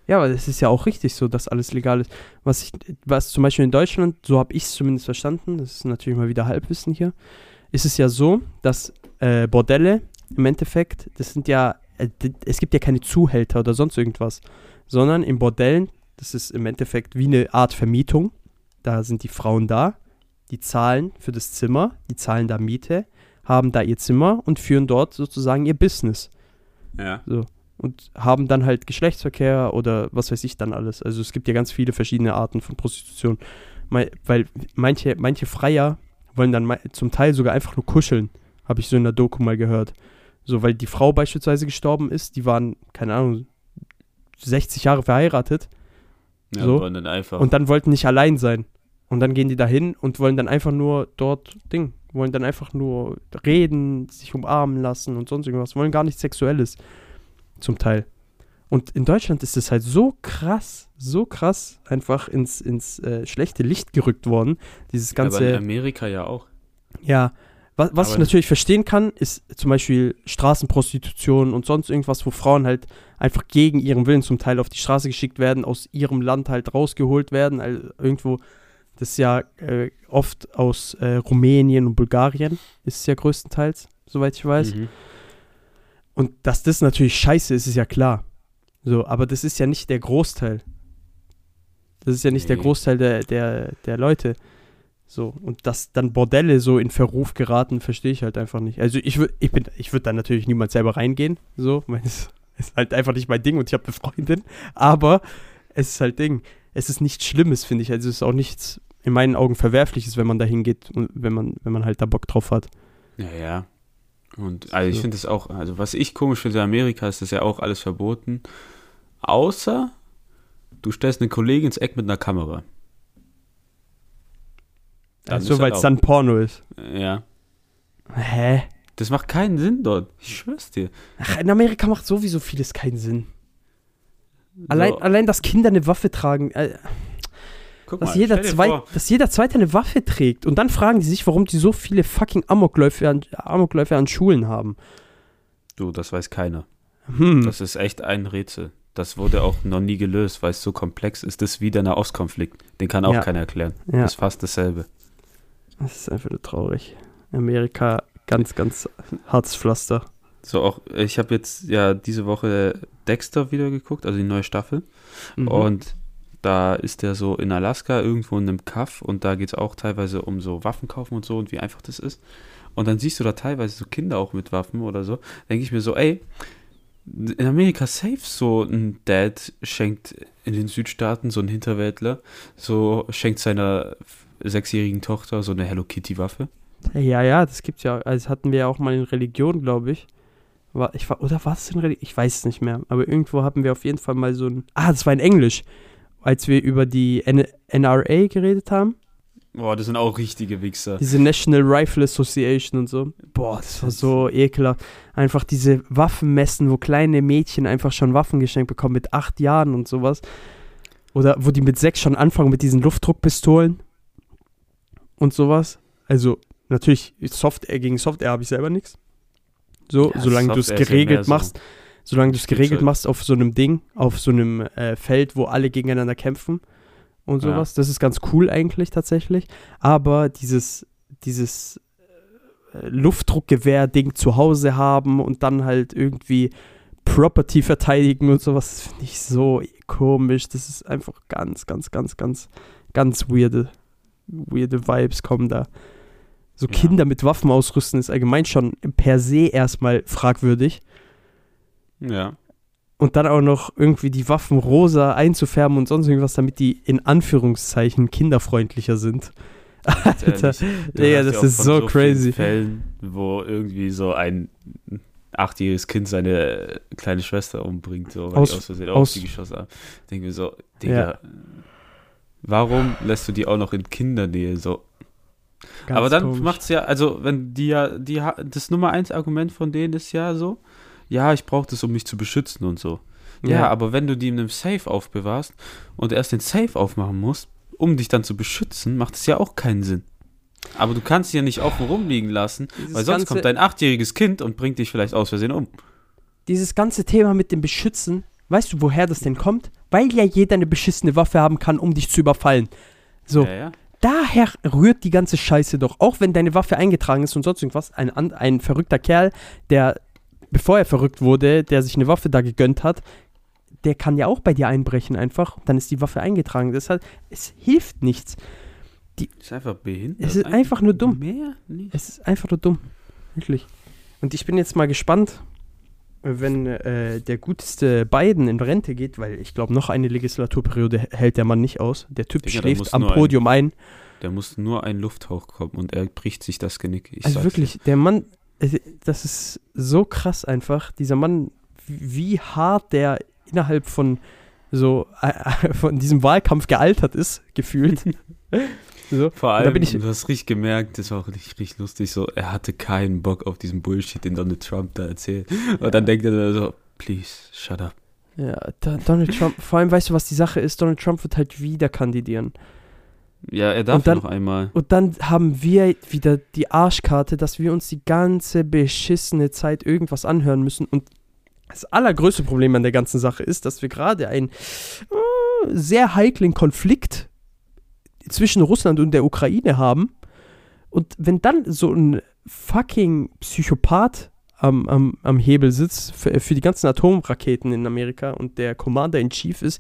Ja, aber das ist ja auch richtig so, dass alles legal ist. Was ich, was zum Beispiel in Deutschland, so habe ich es zumindest verstanden, das ist natürlich mal wieder Halbwissen hier, ist es ja so, dass äh, Bordelle im Endeffekt, das sind ja, äh, es gibt ja keine Zuhälter oder sonst irgendwas, sondern in Bordellen, das ist im Endeffekt wie eine Art Vermietung, da sind die Frauen da, die zahlen für das Zimmer, die zahlen da Miete, haben da ihr Zimmer und führen dort sozusagen ihr Business. Ja. So. Und haben dann halt Geschlechtsverkehr oder was weiß ich dann alles. Also es gibt ja ganz viele verschiedene Arten von Prostitution. Weil manche, manche Freier wollen dann zum Teil sogar einfach nur kuscheln, habe ich so in der Doku mal gehört. So, weil die Frau beispielsweise gestorben ist, die waren, keine Ahnung, sechzig Jahre verheiratet. Ja, so. und dann einfach. Und dann wollten nicht allein sein. Und dann gehen die dahin und wollen dann einfach nur dort Ding, wollen dann einfach nur reden, sich umarmen lassen und sonst irgendwas, wollen gar nichts Sexuelles. Zum Teil. Und in Deutschland ist es halt so krass, so krass einfach ins, ins äh, schlechte Licht gerückt worden. Dieses ganze. Aber in Amerika ja auch. Ja, was, was ich natürlich verstehen kann, ist zum Beispiel Straßenprostitution und sonst irgendwas, wo Frauen halt einfach gegen ihren Willen zum Teil auf die Straße geschickt werden, aus ihrem Land halt rausgeholt werden. Also irgendwo, das ist ja äh, oft aus äh, Rumänien und Bulgarien, ist es ja größtenteils, soweit ich weiß. Mhm. Und dass das natürlich scheiße ist, ist ja klar. So, aber das ist ja nicht der Großteil. Das ist ja nicht nee. der Großteil der, der, der Leute. So, und dass dann Bordelle so in Verruf geraten, verstehe ich halt einfach nicht. Also ich würde ich bin, ich würd da natürlich niemals selber reingehen, so, weil es ist halt einfach nicht mein Ding und ich habe eine Freundin, aber es ist halt Ding. Es ist nichts Schlimmes, finde ich. Also es ist auch nichts in meinen Augen Verwerfliches, wenn man da hingeht und wenn man, wenn man halt da Bock drauf hat. Ja, ja. Und also ich finde das auch, also was ich komisch finde in Amerika, ist das ja auch alles verboten. Außer du stellst eine Kollegin ins Eck mit einer Kamera. Also weil es dann Porno ist. Ja. Hä? Das macht keinen Sinn dort. Ich schwör's dir. Ach, in Amerika macht sowieso vieles keinen Sinn. Allein, so. allein, dass Kinder eine Waffe tragen. Äh, Guck dass, mal, jeder stell dir zwei, vor. dass jeder Zweite eine Waffe trägt. Und dann fragen die sich, warum die so viele fucking Amokläufe an, Amokläufe an Schulen haben. Du, das weiß keiner. Hm. Das ist echt ein Rätsel. Das wurde auch noch nie gelöst, weil es so komplex ist. Das ist wie der Nahostkonflikt. Den kann auch Ja. keiner erklären. Ja. Das ist fast dasselbe. Das ist einfach nur traurig. Amerika, ganz, ganz hartes Pflaster. So auch, ich habe jetzt ja diese Woche Dexter wieder geguckt, also die neue Staffel. Mhm. Und da ist der so in Alaska irgendwo in einem Kaff und da geht es auch teilweise um so Waffen kaufen und so und wie einfach das ist. Und dann siehst du da teilweise so Kinder auch mit Waffen oder so. Denke ich mir so, ey, in Amerika safe so ein Dad schenkt in den Südstaaten, so ein Hinterwäldler, so schenkt seiner sechsjährigen Tochter so eine Hello Kitty Waffe. Ja, ja, das gibt's ja. Also hatten wir ja auch mal in Religion, glaube ich. War, ich war, oder war es in Religion? Ich weiß es nicht mehr. Aber irgendwo hatten wir auf jeden Fall mal so ein. Ah, das war in Englisch. Als wir über die N- N R A geredet haben. Boah, das sind auch richtige Wichser. Diese National Rifle Association und so. Boah, das war so ekelhaft. Einfach diese Waffenmessen, wo kleine Mädchen einfach schon Waffen geschenkt bekommen mit acht Jahren und sowas. Oder wo die mit sechs schon anfangen mit diesen Luftdruckpistolen und sowas. Also natürlich, Software gegen Software habe ich selber nichts. So, Ja, solange du es Software ist ja geregelt mehr so machst, solange du es geregelt Spielzeug. machst auf so einem Ding, auf so einem äh, Feld, wo alle gegeneinander kämpfen und Ja. sowas. Das ist ganz cool eigentlich tatsächlich. Aber dieses, dieses äh, Luftdruckgewehr-Ding zu Hause haben und dann halt irgendwie Property verteidigen und sowas, das finde ich so komisch. Das ist einfach ganz, ganz, ganz, ganz, ganz weirde, weirde Vibes kommen da. So Ja. Kinder mit Waffen ausrüsten ist allgemein schon per se erstmal fragwürdig. Ja. Und dann auch noch irgendwie die Waffen rosa einzufärben und sonst irgendwas, damit die in Anführungszeichen kinderfreundlicher sind. Alter, Ehrlich, du Digga, hast das ja auch ist von so vielen crazy. Fällen, wo irgendwie so ein achtjähriges Kind seine kleine Schwester umbringt, so, weil Aus- die aus Versehen aus- auf sie geschossen haben. Ich denke mir so, Digga, warum lässt du die auch noch in Kindernähe so? Ganz Aber dann komisch. macht's ja, also wenn die ja, die ha- das Nummer eins Argument von denen ist ja so, ja, ich brauche das, um mich zu beschützen und so. Ja, Ja. aber wenn du die in einem Safe aufbewahrst und erst den Safe aufmachen musst, um dich dann zu beschützen, macht es ja auch keinen Sinn. Aber du kannst sie ja nicht offen rumliegen lassen, Dieses weil sonst ganze- kommt dein achtjähriges Kind und bringt dich vielleicht aus Versehen um. Dieses ganze Thema mit dem Beschützen Weißt du, woher das denn kommt? Weil ja jeder eine beschissene Waffe haben kann, um dich zu überfallen. So, Ja, ja. daher rührt die ganze Scheiße doch. Auch wenn deine Waffe eingetragen ist und sonst irgendwas. Ein, an- ein verrückter Kerl, der, bevor er verrückt wurde, der sich eine Waffe da gegönnt hat, der kann ja auch bei dir einbrechen einfach. Dann ist die Waffe eingetragen. Deshalb, es hilft nichts. Ist einfach behindert. Es ist einfach nur dumm. Mehr nicht. Es ist einfach nur dumm. Wirklich. Und ich bin jetzt mal gespannt, wenn äh, der guteste Biden in Rente geht, weil ich glaube, noch eine Legislaturperiode h- hält der Mann nicht aus. Der Typ Digga, da muss schläft am nur ein- Podium ein. Da muss nur ein Lufthauch kommen und er bricht sich das Genick. Ich Also sag's wirklich, der Mann, äh, das ist so krass einfach. Dieser Mann, wie wie hart der innerhalb von so äh, von diesem Wahlkampf gealtert ist, gefühlt. So. Vor Und allem, da bin ich, du hast richtig gemerkt, das war auch richtig, richtig lustig, so, er hatte keinen Bock auf diesen Bullshit, den Donald Trump da erzählt. Und dann denkt er so, please, shut up. ja, da, Donald Trump, vor allem weißt du, was die Sache ist? Donald Trump wird halt wieder kandidieren. Ja, er darf Und dann- noch einmal. Und dann haben wir wieder die Arschkarte, dass wir uns die ganze beschissene Zeit irgendwas anhören müssen. Und das allergrößte Problem an der ganzen Sache ist, dass wir gerade einen äh, sehr heiklen Konflikt zwischen Russland und der Ukraine haben. Und wenn dann so ein fucking Psychopath am, am, am Hebel sitzt für, für die ganzen Atomraketen in Amerika und der Commander-in-Chief ist,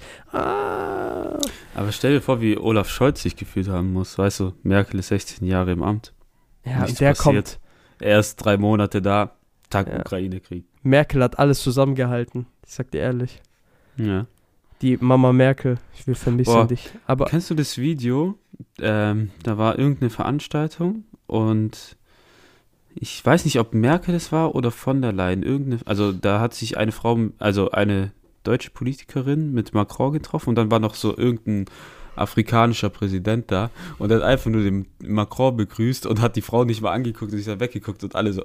ah, Aber stell dir vor, wie Olaf Scholz sich gefühlt haben muss. Weißt du, Merkel ist sechzehn Jahre im Amt. ja, Nichts und der passiert. kommt. Erst drei Monate da, Tag Ja. Ukraine-Krieg. Merkel hat alles zusammengehalten. Ich sag dir ehrlich. Ja. Die Mama Merkel, ich will vermissen Boah. dich. Aber Kennst du das Video? Ähm, da war irgendeine Veranstaltung und ich weiß nicht, ob Merkel das war oder von der Leyen. Irgendeine, also da hat sich eine Frau, also eine deutsche Politikerin mit Macron getroffen und dann war noch so irgendein afrikanischer Präsident da und er hat einfach nur den Macron begrüßt und hat die Frau nicht mal angeguckt und sich dann weggeguckt und alle so,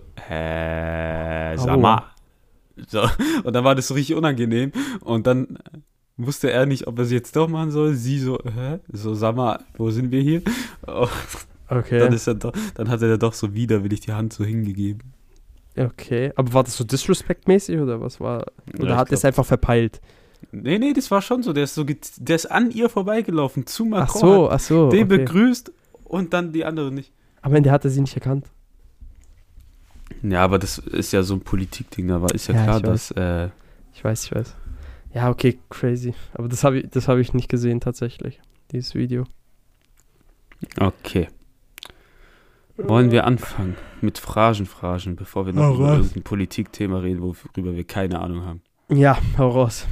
hä, sag Oh. mal. So, und dann war das so richtig unangenehm und dann wusste er nicht, ob er es jetzt doch machen soll. Sie so, hä? So, sag mal, wo sind wir hier? Oh, okay. dann, ist er doch, dann hat er doch so widerwillig die Hand so hingegeben. Okay. Aber war das so disrespect-mäßig oder was war? Oder Ja, hat ich er es glaub- einfach verpeilt? Nee, nee, das war schon so. Der ist so, get- der ist an ihr vorbeigelaufen zu Ach Macron. so, hat ach so. den Okay. begrüßt und dann die andere nicht. Am Ende hat er sie nicht erkannt. Ja, aber das ist ja so ein Politikding. Da war ist ja, Ja, klar, ich dass äh, Ich weiß, ich weiß. Ja, okay, crazy. Aber das habe ich, das hab ich nicht gesehen tatsächlich, dieses Video. okay. Wollen wir anfangen mit Phrasen, Phrasen, bevor wir noch Hau über raus. irgendein Politikthema reden, worüber wir keine Ahnung haben? Ja, hau raus.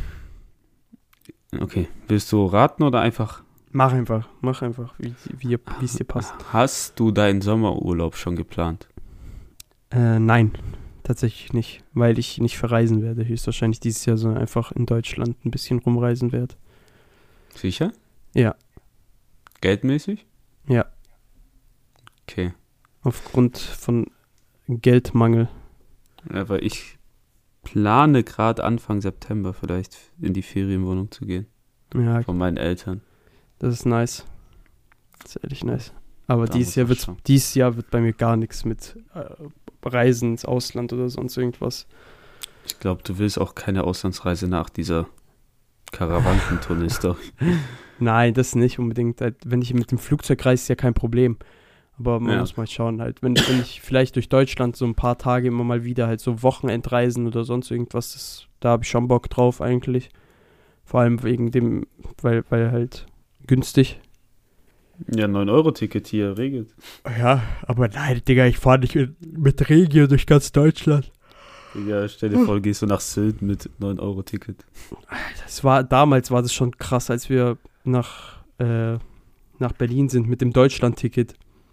Okay. Willst du raten oder einfach? Mach einfach, mach einfach, wie wie wie es dir passt. Hast du deinen Sommerurlaub schon geplant? Äh, nein, tatsächlich nicht, weil ich nicht verreisen werde, höchstwahrscheinlich dieses Jahr, sondern einfach in Deutschland ein bisschen rumreisen werde. Sicher? Ja. Geldmäßig? Ja. Okay. Aufgrund von Geldmangel. Ja, weil ich plane gerade Anfang September vielleicht in die Ferienwohnung zu gehen. Ja, Von meinen Eltern. das ist nice. Das ist ehrlich nice. Aber Da dieses muss Jahr, man wird's, schauen. dieses Jahr wird bei mir gar nichts mit äh, Reisen ins Ausland oder sonst irgendwas. Ich glaube, du willst auch keine Auslandsreise nach dieser Karawankentourist. Nein, das nicht unbedingt. Halt, wenn ich mit dem Flugzeug reise, ist ja kein Problem. Aber man Ja. muss mal schauen, halt, wenn, wenn ich vielleicht durch Deutschland so ein paar Tage immer mal wieder halt so Wochenendreisen oder sonst irgendwas, das, da habe ich schon Bock drauf eigentlich. Vor allem wegen dem, weil, weil halt günstig. Ja, neun Euro Ticket hier regelt. Ja, aber nein, Digga, ich fahre nicht mit, mit Regio durch ganz Deutschland. Ja, stell dir vor, du gehst du nach Sylt mit neun Euro Ticket. Das war, damals war das schon krass, als wir nach, äh, nach Berlin sind mit dem Deutschland-Ticket.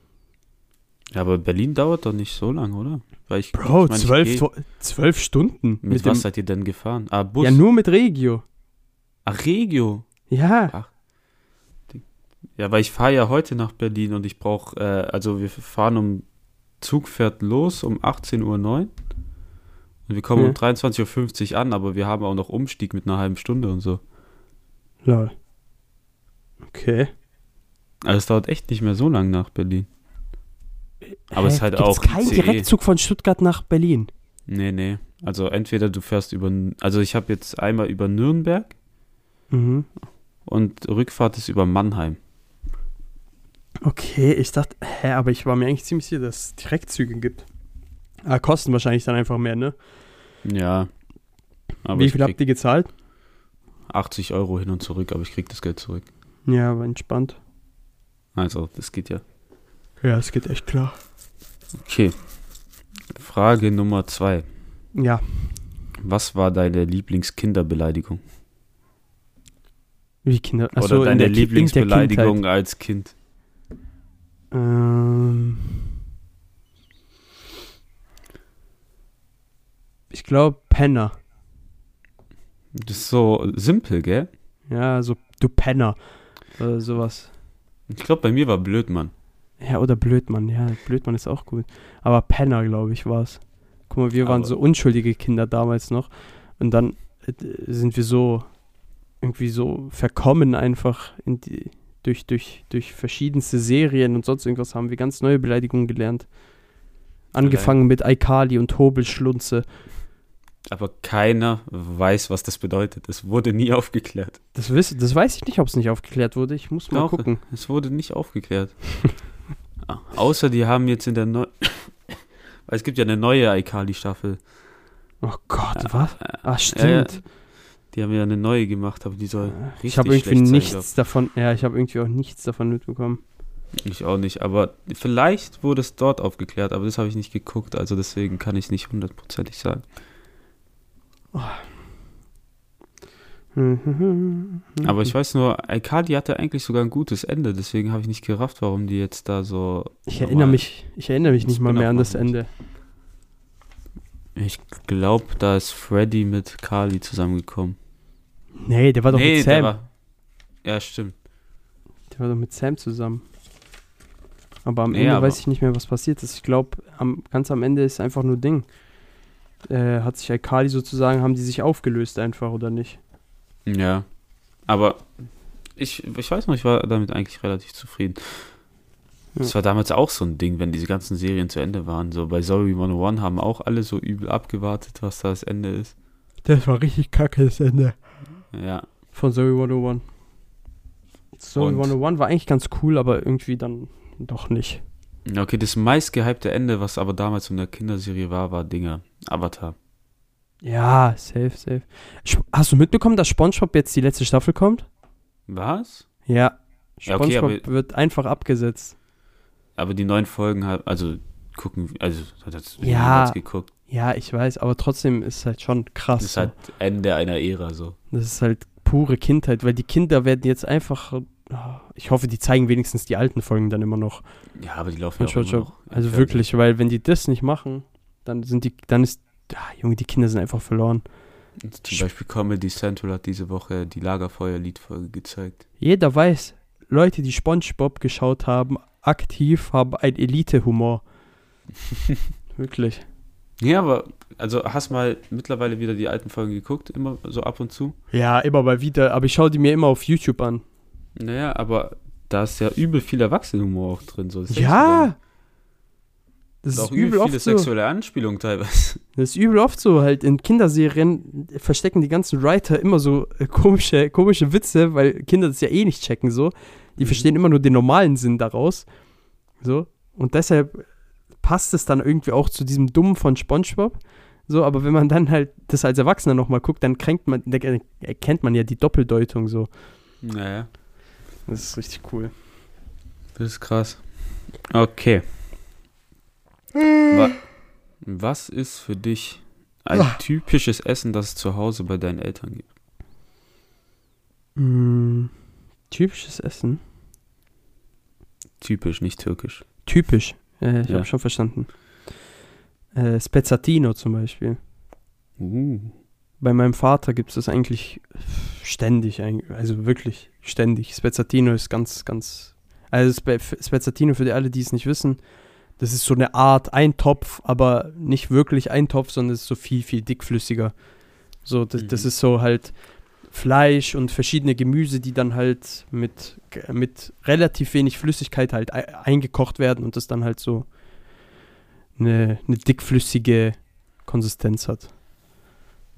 Ja, aber Berlin dauert doch nicht so lang, oder? Weil ich, Bro, ich mein, ich zwölf, geh- Sto- zwölf Stunden. Mit, dem, was seid ihr denn gefahren? Ah, Bus. Ja, nur mit Regio. Ach, Regio. Ja. Ja, weil ich fahre ja heute nach Berlin und ich brauche, äh, also wir fahren um, Zug fährt los um achtzehn Uhr neun und wir kommen Ja. um dreiundzwanzig Uhr fünfzig an, aber wir haben auch noch Umstieg mit einer halben Stunde und so. Lol. Okay. Also es dauert echt nicht mehr so lang nach Berlin. Aber Hä? es ist halt Gibt's auch kein I C E. Direktzug von Stuttgart nach Berlin. Nee, nee. Also entweder du fährst über, also ich habe jetzt einmal über Nürnberg Mhm. und Rückfahrt ist über Mannheim. Okay, ich dachte, hä, aber ich war mir eigentlich ziemlich sicher, dass es Direktzüge gibt. Ah, kosten wahrscheinlich dann einfach mehr, ne? Ja. Aber Wie ich viel habt krieg ihr gezahlt? achtzig Euro hin und zurück, aber ich krieg das Geld zurück. Ja, aber entspannt. Also, das geht ja. Ja, es geht echt klar. Okay. Frage Nummer zwei. Ja, Was war deine Lieblingskinderbeleidigung? wie Kinder. Achso, Oder in deine der Ki- in der Lieblingsbeleidigung Kindheit. als Kind? Ähm, ich glaube Penner. Das ist so simpel, gell? Ja, so du Penner. Oder sowas. Ich glaube, bei mir war Blödmann. Ja, oder Blödmann. Ja, Blödmann ist auch gut. Aber Penner, glaube ich, war es. Guck mal, wir waren Aber- so unschuldige Kinder damals noch. Und dann äh, sind wir so irgendwie so verkommen einfach in die, durch, durch, durch verschiedenste Serien und sonst irgendwas haben wir ganz neue Beleidigungen gelernt. Angefangen mit Aikali und Hobelschlunze. Aber keiner weiß, was das bedeutet. Es wurde nie aufgeklärt. Das, wiss, das weiß ich nicht, ob es nicht aufgeklärt wurde. Ich muss mal Doch, gucken. es wurde nicht aufgeklärt. Ah, außer die haben jetzt in der neuen... Weil es gibt ja eine neue Aikali-Staffel. Oh Gott, Ja, was? äh, Ah, stimmt. Die haben ja eine neue gemacht, aber die soll richtig Ich habe irgendwie schlecht sein, nichts davon, ja, ich habe irgendwie auch nichts davon mitbekommen. glaub. Ich auch nicht, aber vielleicht wurde es dort aufgeklärt, aber das habe ich nicht geguckt, also deswegen kann ich es nicht hundertprozentig sagen. Aber ich weiß nur, Aikali hatte eigentlich sogar ein gutes Ende, deswegen habe ich nicht gerafft, warum die jetzt da so... Ich erinnere mich, ich erinnere mich ein nicht mal mehr an das Spin-off machen Ende. Ich glaube, da ist Freddy mit Carly zusammengekommen. Nee, der war doch mit der Sam. war... Ja, stimmt. Der war doch mit Sam zusammen. Aber am Nee, Ende aber- weiß ich nicht mehr, was passiert ist. Ich glaube, am, ganz am Ende ist einfach nur Ding. Äh, hat sich Aikali sozusagen, haben die sich aufgelöst einfach, oder nicht? Ja, aber ich, ich weiß noch, ich war damit eigentlich relativ zufrieden. Ja. Das war damals auch so ein Ding, wenn diese ganzen Serien zu Ende waren. So bei Zoe hundertundeins haben auch alle so übel abgewartet, was da das Ende ist. Das war richtig kacke, das Ende. Ja, Von Zoe hundertundeins. Zoe Und- hundertundeins war eigentlich ganz cool, aber irgendwie dann doch nicht. Ja, okay, das meistgehypte Ende, was aber damals in der Kinderserie war, war Dinger. Avatar. Ja, safe, safe. Sp- Hast du mitbekommen, dass SpongeBob jetzt die letzte Staffel kommt? Was? Ja. Ja, okay, SpongeBob aber- wird einfach abgesetzt. Aber die neuen Folgen, halt- also gucken, also hat das Ja. niemals geguckt. Ja, ich weiß, aber trotzdem ist halt schon krass. Das ist so. halt Ende einer Ära so. Das ist halt pure Kindheit, weil die Kinder werden jetzt einfach. Ich hoffe, die zeigen wenigstens die alten Folgen dann immer noch. Ja, aber die laufen Von ja auch immer SpongeBob. noch. im Also Fernsehen. wirklich, weil wenn die das nicht machen, dann sind die, dann ist, ah, Junge, die Kinder sind einfach verloren. Zum Beispiel Comedy Central hat diese Woche die Lagerfeuer-Liedfolge gezeigt. Jeder weiß, Leute, die SpongeBob geschaut haben, aktiv haben einen Elite-Humor. Wirklich. Ja, aber, also hast mal mittlerweile wieder die alten Folgen geguckt, immer so ab und zu? Ja, immer mal wieder, aber ich schaue die mir immer auf YouTube an. Naja, aber da ist ja übel viel Erwachsenenhumor auch drin. So. Das denkst du Ja! Das dann. ist Auch übel übel viele oft so. sexuelle Anspielungen teilweise. Das ist übel oft so, halt in Kinderserien verstecken die ganzen Writer immer so äh, komische, komische Witze, weil Kinder das ja eh nicht checken, so. Die Mhm. verstehen immer nur den normalen Sinn daraus. So. Und deshalb passt es dann irgendwie auch zu diesem Dummen von SpongeBob. So, aber wenn man dann halt das als Erwachsener nochmal guckt, dann kränkt man, da erkennt man ja die Doppeldeutung so. Naja, Das ist richtig cool. das ist krass. Okay. Wa was ist für dich ein Ah. typisches Essen, das es zu Hause bei deinen Eltern gibt? Mm, typisches Essen. Typisch, nicht türkisch. Typisch. Äh, ich Ja. habe schon verstanden. Äh, Spezzatino zum Beispiel. Uh. Bei meinem Vater gibt es das eigentlich ständig, eigentlich, also wirklich ständig. Spezzatino ist ganz, ganz. Also Spe Spezzatino, für die alle, die es nicht wissen, das ist so eine Art Eintopf, aber nicht wirklich Eintopf, sondern es ist so viel, viel dickflüssiger. So, das, Mhm. das ist so halt Fleisch und verschiedene Gemüse, die dann halt mit, mit relativ wenig Flüssigkeit halt e eingekocht werden und das dann halt so eine, eine dickflüssige Konsistenz hat.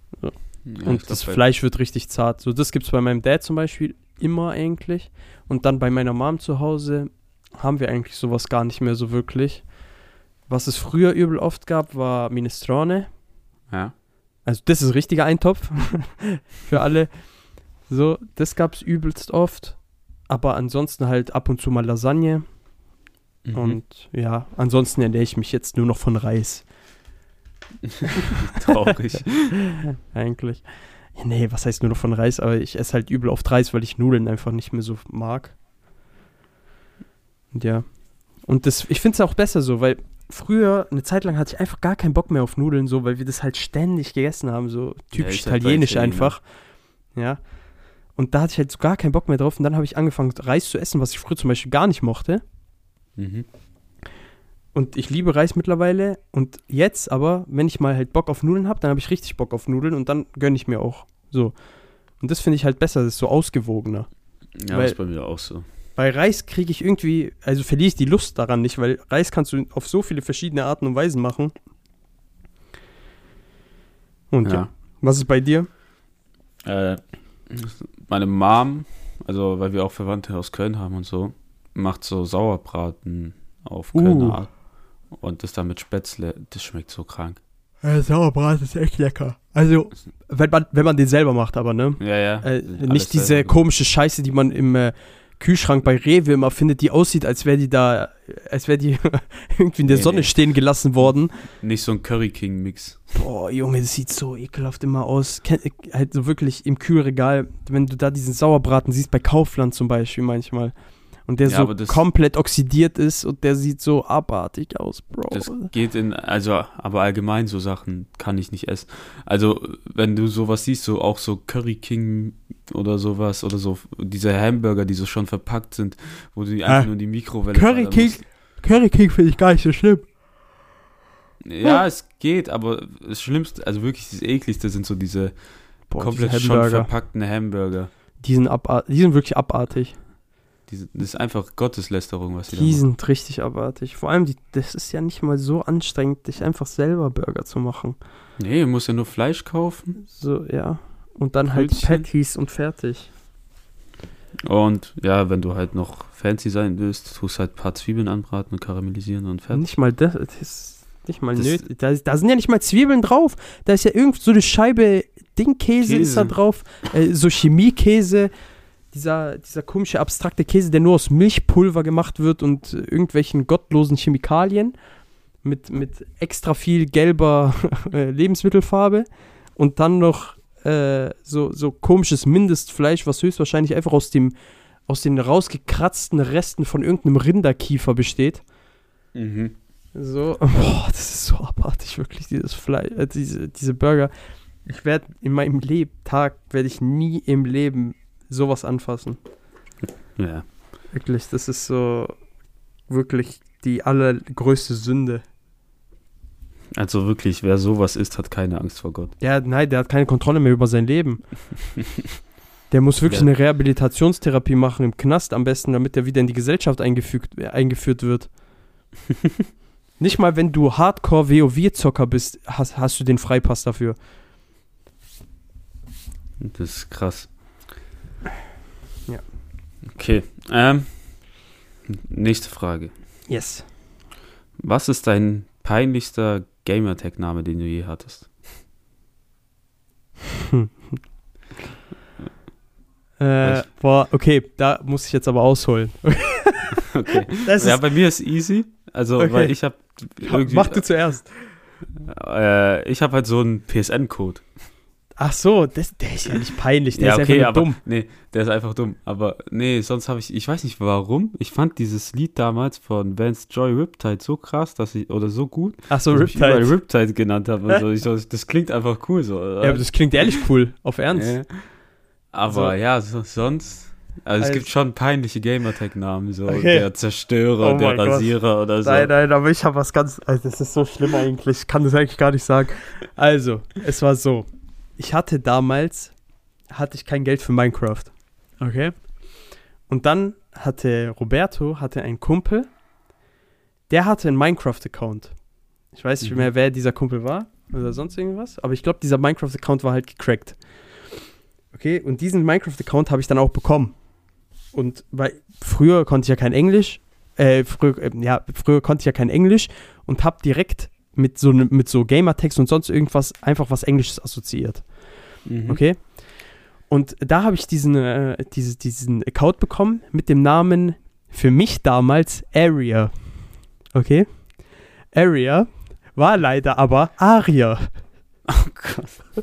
So. Ja, Und ich das glaub, Fleisch wird richtig zart. So, das gibt es bei meinem Dad zum Beispiel immer eigentlich. Und dann bei meiner Mom zu Hause haben wir eigentlich sowas gar nicht mehr so wirklich. Was es früher übel oft gab, war Minestrone. Ja. Also das ist richtiger Eintopf für alle. So, das gab es übelst oft. Aber ansonsten halt ab und zu mal Lasagne. Mhm. Und ja, ansonsten ernähre ich mich jetzt nur noch von Reis. Traurig. Eigentlich. Ja, nee, was heißt nur noch von Reis? Aber ich esse halt übel oft Reis, weil ich Nudeln einfach nicht mehr so mag. Und ja. Und das, ich finde es auch besser so, weil früher, eine Zeit lang hatte ich einfach gar keinen Bock mehr auf Nudeln, so, weil wir das halt ständig gegessen haben, so typisch Ja, halt italienisch Italiener. einfach. Ja. Und da hatte ich halt so gar keinen Bock mehr drauf. Und dann habe ich angefangen, Reis zu essen, was ich früher zum Beispiel gar nicht mochte. Mhm. Und ich liebe Reis mittlerweile. Und jetzt aber, wenn ich mal halt Bock auf Nudeln habe, dann habe ich richtig Bock auf Nudeln und dann gönne ich mir auch. So. Und das finde ich halt besser, das ist so ausgewogener. Ja, Weil- das ist bei mir auch so. Bei Reis kriege ich irgendwie, also verliere ich die Lust daran nicht, weil Reis kannst du auf so viele verschiedene Arten und Weisen machen. Und ja, Ja. was ist bei dir? Äh, meine Mom, also weil wir auch Verwandte aus Köln haben und so, macht so Sauerbraten auf Uh. Kölner Art. Und das dann mit Spätzle, das schmeckt so krank. Äh, Sauerbraten ist echt lecker. Also, wenn man, wenn man den selber macht, aber, ne? Ja, ja. Äh, alles nicht diese selber. komische Scheiße, die man im äh, Kühlschrank bei Rewe immer findet, die aussieht, als wäre die da, als wäre die irgendwie in der Nee, Sonne nee. stehen gelassen worden. Nicht so ein Curry King Mix. Boah, Junge, das sieht so ekelhaft immer aus. Ken, halt so wirklich im Kühlregal, wenn du da diesen Sauerbraten siehst, bei Kaufland zum Beispiel manchmal. Und der Ja, so aber das- komplett oxidiert ist und der sieht so abartig aus, Bro. Das geht in, also, aber allgemein so Sachen kann ich nicht essen. Also, wenn du sowas siehst, so auch so Curry King oder sowas oder so, diese Hamburger, die so schon verpackt sind, wo du die einfach Ah, nur in die Mikrowelle Curry ballern King, musst. Curry King finde ich gar nicht so schlimm. Ja, es geht, aber das Schlimmste, also wirklich das ekligste sind so diese Boah, komplett diese schon Hamburger, verpackten Hamburger. die sind, abart- die sind wirklich abartig. Diese, das ist einfach Gotteslästerung, was die da Die machen. sind richtig abartig. Vor allem, die, das ist ja nicht mal so anstrengend, dich einfach selber Burger zu machen. Nee, du musst ja nur Fleisch kaufen. So, ja. Und dann halt Brötchen. Patties und fertig. Und ja, wenn du halt noch fancy sein willst, tust halt ein paar Zwiebeln anbraten und karamellisieren und fertig. Nicht mal das, das ist nicht mal Das- nötig. Da, da sind ja nicht mal Zwiebeln drauf. Da ist ja irgend so eine Scheibe Dingkäse ist da Käse. drauf. Äh, so Chemiekäse. Dieser, dieser komische abstrakte Käse, der nur aus Milchpulver gemacht wird und äh, irgendwelchen gottlosen Chemikalien mit, mit extra viel gelber äh, Lebensmittelfarbe und dann noch äh, so, so komisches Mindestfleisch, was höchstwahrscheinlich einfach aus dem aus den rausgekratzten Resten von irgendeinem Rinderkiefer besteht. Mhm. So, boah, das ist so abartig, wirklich, dieses Fleisch, äh, diese, diese Burger. Ich werde in meinem Lebtag, werde ich nie im Leben sowas anfassen. Ja. Wirklich, das ist so wirklich die allergrößte Sünde. Also wirklich, wer sowas isst, hat keine Angst vor Gott. Ja, nein, der hat keine Kontrolle mehr über sein Leben. Der muss wirklich Ja. eine Rehabilitationstherapie machen im Knast am besten, damit er wieder in die Gesellschaft eingefügt, äh, eingeführt wird. Nicht mal, wenn du Hardcore-W O W-Zocker bist, hast, hast du den Freipass dafür. Das ist krass. Ja. Okay. Ähm, nächste Frage. Yes. Was ist dein peinlichster Gamertag-Name, den du je hattest? Äh, Was? boah, okay, da muss ich jetzt aber ausholen. Okay. Das Ja, ist, bei mir ist easy. Also, Okay. weil ich habe irgendwie... mach du zuerst. Äh, ich habe halt so einen P S N-Code. Ach so, das, der ist ja nicht peinlich, der Ja, ist okay, einfach aber nur dumm. nee, der ist einfach dumm. Aber nee, sonst habe ich, ich weiß nicht warum. Ich fand dieses Lied damals von Vance Joy Riptide so krass, dass ich, oder so gut, Ach so, dass ich überall Riptide. Riptide genannt habe. Und so. Ich so, das klingt einfach cool so. Ja, aber das klingt ehrlich cool, auf Ernst. Ja. Aber So. ja, so, sonst. Also, es Also- gibt schon peinliche Gamertag-Namen, so Okay. der Zerstörer, Oh der mein Gott. Rasierer oder so. Nein, nein, aber ich habe was ganz, also das ist so schlimm eigentlich, ich kann das eigentlich gar nicht sagen. Also, es war so, ich hatte damals, hatte ich kein Geld für Minecraft, okay? Und dann hatte Roberto, hatte einen Kumpel, der hatte einen Minecraft-Account. Ich weiß nicht Mhm. mehr, wer dieser Kumpel war, oder sonst irgendwas. Aber ich glaube, dieser Minecraft-Account war halt gecrackt. Okay, und diesen Minecraft-Account habe ich dann auch bekommen. Und weil früher konnte ich ja kein Englisch, äh, früher, äh, ja, früher konnte ich ja kein Englisch und habe direkt mit so, ne, mit so Gamertext und sonst irgendwas einfach was Englisches assoziiert. Mhm. Okay? Und da habe ich diesen, äh, diese, diesen Account bekommen mit dem Namen, für mich damals, Aria. Okay? Aria war leider aber Aria. Oh Gott.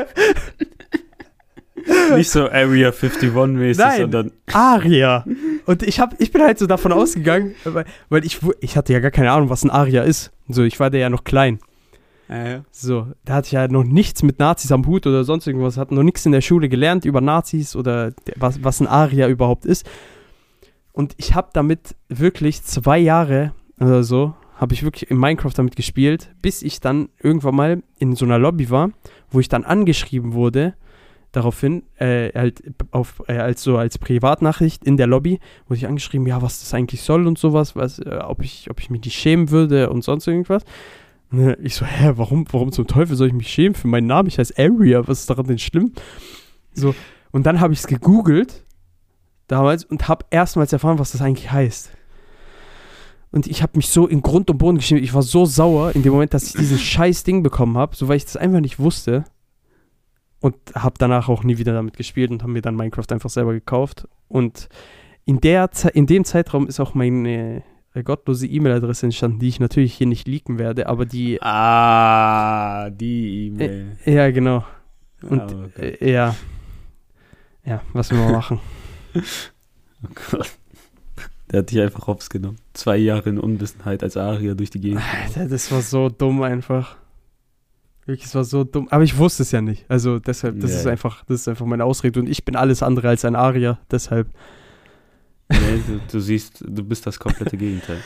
Nicht so Area einundfünfzig-mäßig, Nein, sondern Aria. Und ich, hab, ich bin halt so davon ausgegangen, weil, weil ich, ich hatte ja gar keine Ahnung, was ein Aria ist. So, ich war da ja noch klein. äh, So, da hatte ich ja noch nichts mit Nazis am Hut oder sonst irgendwas, hatte noch nichts in der Schule gelernt über Nazis oder der, was, was ein Aria überhaupt ist. Und ich habe damit wirklich zwei Jahre oder so, habe ich wirklich in Minecraft damit gespielt, bis ich dann irgendwann mal in so einer Lobby war, wo ich dann angeschrieben wurde, daraufhin, äh, halt auf, äh, als so als Privatnachricht in der Lobby, wurde ich angeschrieben, ja, was das eigentlich soll und sowas, was, äh, ob ich, ob ich mich nicht schämen würde und sonst irgendwas. Und ich so, hä, warum, warum zum Teufel soll ich mich schämen für meinen Namen? Ich heiße Aria, was ist daran denn schlimm? So, und dann habe ich es gegoogelt damals und habe erstmals erfahren, was das eigentlich heißt. Und ich habe mich so in Grund und Boden geschämt. Ich war so sauer in dem Moment, dass ich diesen scheiß Ding bekommen habe, so weil ich das einfach nicht wusste. Und habe danach auch nie wieder damit gespielt und habe mir dann Minecraft einfach selber gekauft. Und in, der Ze- in dem Zeitraum ist auch meine äh, gottlose E-Mail-Adresse entstanden, die ich natürlich hier nicht leaken werde, aber die... ah, die E-Mail. Äh, ja, genau. Und Ah, okay. äh, ja, ja, was wir mal machen. Oh Gott. Der hat dich einfach hops genommen. Zwei Jahre in Unwissenheit als Aria durch die Gegend. Alter, das war so dumm einfach. Wirklich, es war so dumm. Aber ich wusste es ja nicht. Also deshalb, das Ja, ist ja. einfach, das ist einfach meine Ausrede. Und ich bin alles andere als ein Arier. Deshalb. Nee, du, du siehst, du bist das komplette Gegenteil.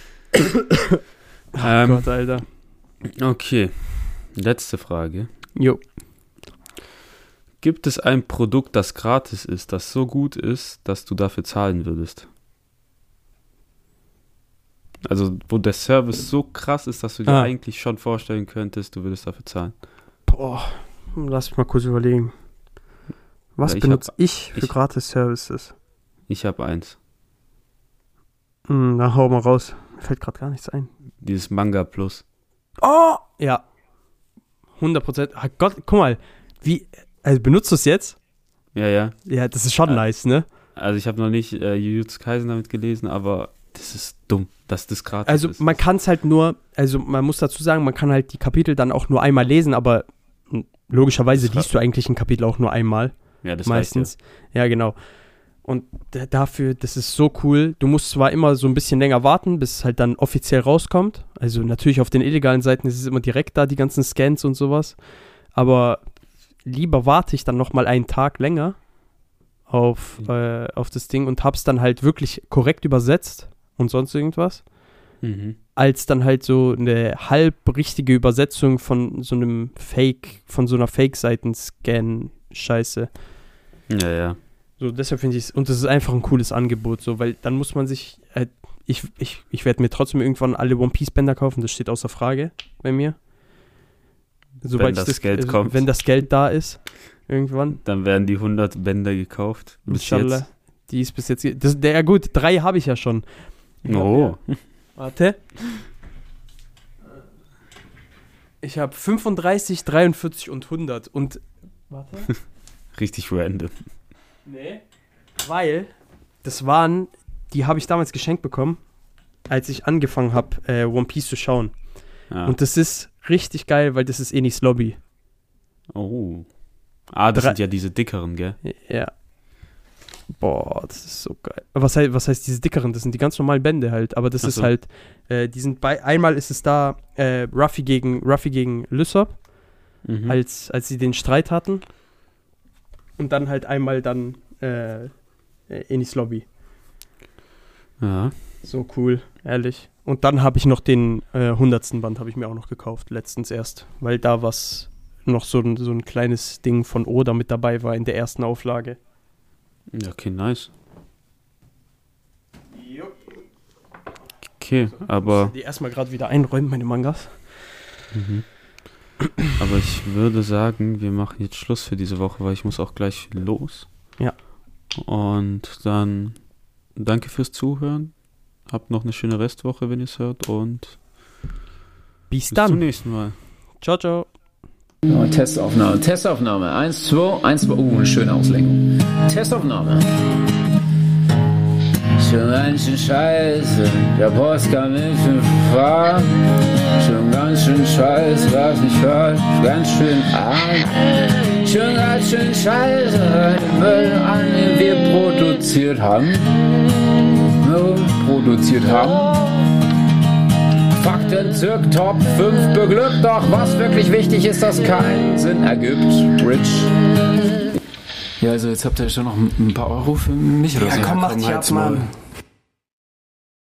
Oh ähm, Gott, Alter. Okay, letzte Frage. Jo. Gibt es ein Produkt, das gratis ist, das so gut ist, dass du dafür zahlen würdest? Also, wo der Service so krass ist, dass du dir Ah. eigentlich schon vorstellen könntest, du würdest dafür zahlen. Boah, lass mich mal kurz überlegen. Was Ja, ich benutze hab- ich für ich- Gratis-Services? Ich habe eins. Hm, na, hau mal raus. Mir fällt gerade gar nichts ein. Dieses Manga Plus. Oh! Ja. hundert Prozent. Ah, Gott, guck mal. Wie, also benutzt du es jetzt? Ja, ja. Ja, das ist schon Ah. nice, ne? Also ich habe noch nicht äh, Jujutsu Kaisen damit gelesen, aber das ist dumm, dass das gratis Also ist. man kann es halt nur, also man muss dazu sagen, man kann halt die Kapitel dann auch nur einmal lesen, aber mh, logischerweise Das war- liest du eigentlich ein Kapitel auch nur einmal, ja, das meistens. Ja, genau. Und d- dafür, das ist so cool. Du musst zwar immer so ein bisschen länger warten, bis es halt dann offiziell rauskommt. Also natürlich auf den illegalen Seiten ist es immer direkt da, die ganzen Scans und sowas. Aber lieber warte ich dann nochmal einen Tag länger auf, äh, auf das Ding und hab's dann halt wirklich korrekt übersetzt und sonst irgendwas, Mhm. als dann halt so eine halb richtige Übersetzung von so einem Fake, von so einer Fake-Seiten-Scan-Scheiße. Ja, ja. So, deshalb finde ich es, und das ist einfach ein cooles Angebot, so, weil dann muss man sich, halt, ich, ich, ich werde mir trotzdem irgendwann alle One Piece Bänder kaufen, das steht außer Frage bei mir. Sobald das ich Geld äh, kommt. Wenn das Geld da ist, irgendwann. Dann werden die hundert Bänder gekauft. Bis Inshallah. jetzt. Die ist bis jetzt, das, der, ja gut, drei habe ich ja schon. Ich hab Oh. ja, warte. Ich habe fünfunddreißig, dreiundvierzig und hundert und, warte. Richtig random. Nee. Weil, das waren, die habe ich damals geschenkt bekommen, als ich angefangen habe, äh, One Piece zu schauen. Ja. Und das ist richtig geil, weil das ist Enis Lobby. Oh. Ah, das Drei- sind ja diese dickeren, gell? Ja. Boah, das ist so geil. Was heißt, was heißt diese dickeren? Das sind die ganz normalen Bände halt, aber das Ach ist so. halt, äh, die sind bei, einmal ist es da äh, Ruffy gegen, Ruffy gegen Lysop, Mhm. als, als sie den Streit hatten. Und dann halt einmal dann äh, äh, Enis Lobby. Ja. So cool, ehrlich. Und dann habe ich noch den äh, hundertsten Band habe ich mir auch noch gekauft, letztens erst, weil da was noch so ein, so ein kleines Ding von Oda mit dabei war in der ersten Auflage. Ja, okay, nice. Okay, aber Die erstmal gerade wieder einräumen, meine Mangas. mhm. Aber ich würde sagen, wir machen jetzt Schluss für diese Woche, weil ich muss auch gleich los. Ja. Und dann danke fürs Zuhören. Habt noch eine schöne Restwoche, wenn ihr es hört. Und bis bis dann. zum nächsten Mal. Ciao, ciao. Oh, Testaufnahme, Testaufnahme. Eins, zwei, eins, zwei. Uh, eine schöne Auslenkung. Testaufnahme. Schon ganz schön scheiße, der Post kam in fünf Fahren. Schon ganz schön scheiße, was nicht hört, ganz schön arm. Schon ganz schön scheiße, den Müll an, den wir produziert haben. No, produziert haben. Fakten zirk Top fünf beglückt, doch was wirklich wichtig ist, das keinen Sinn ergibt. Rich. Ja, also jetzt habt ihr schon noch ein paar Euro für mich oder Ja, so. komm, mach dich halt's ab, Maul. Mann.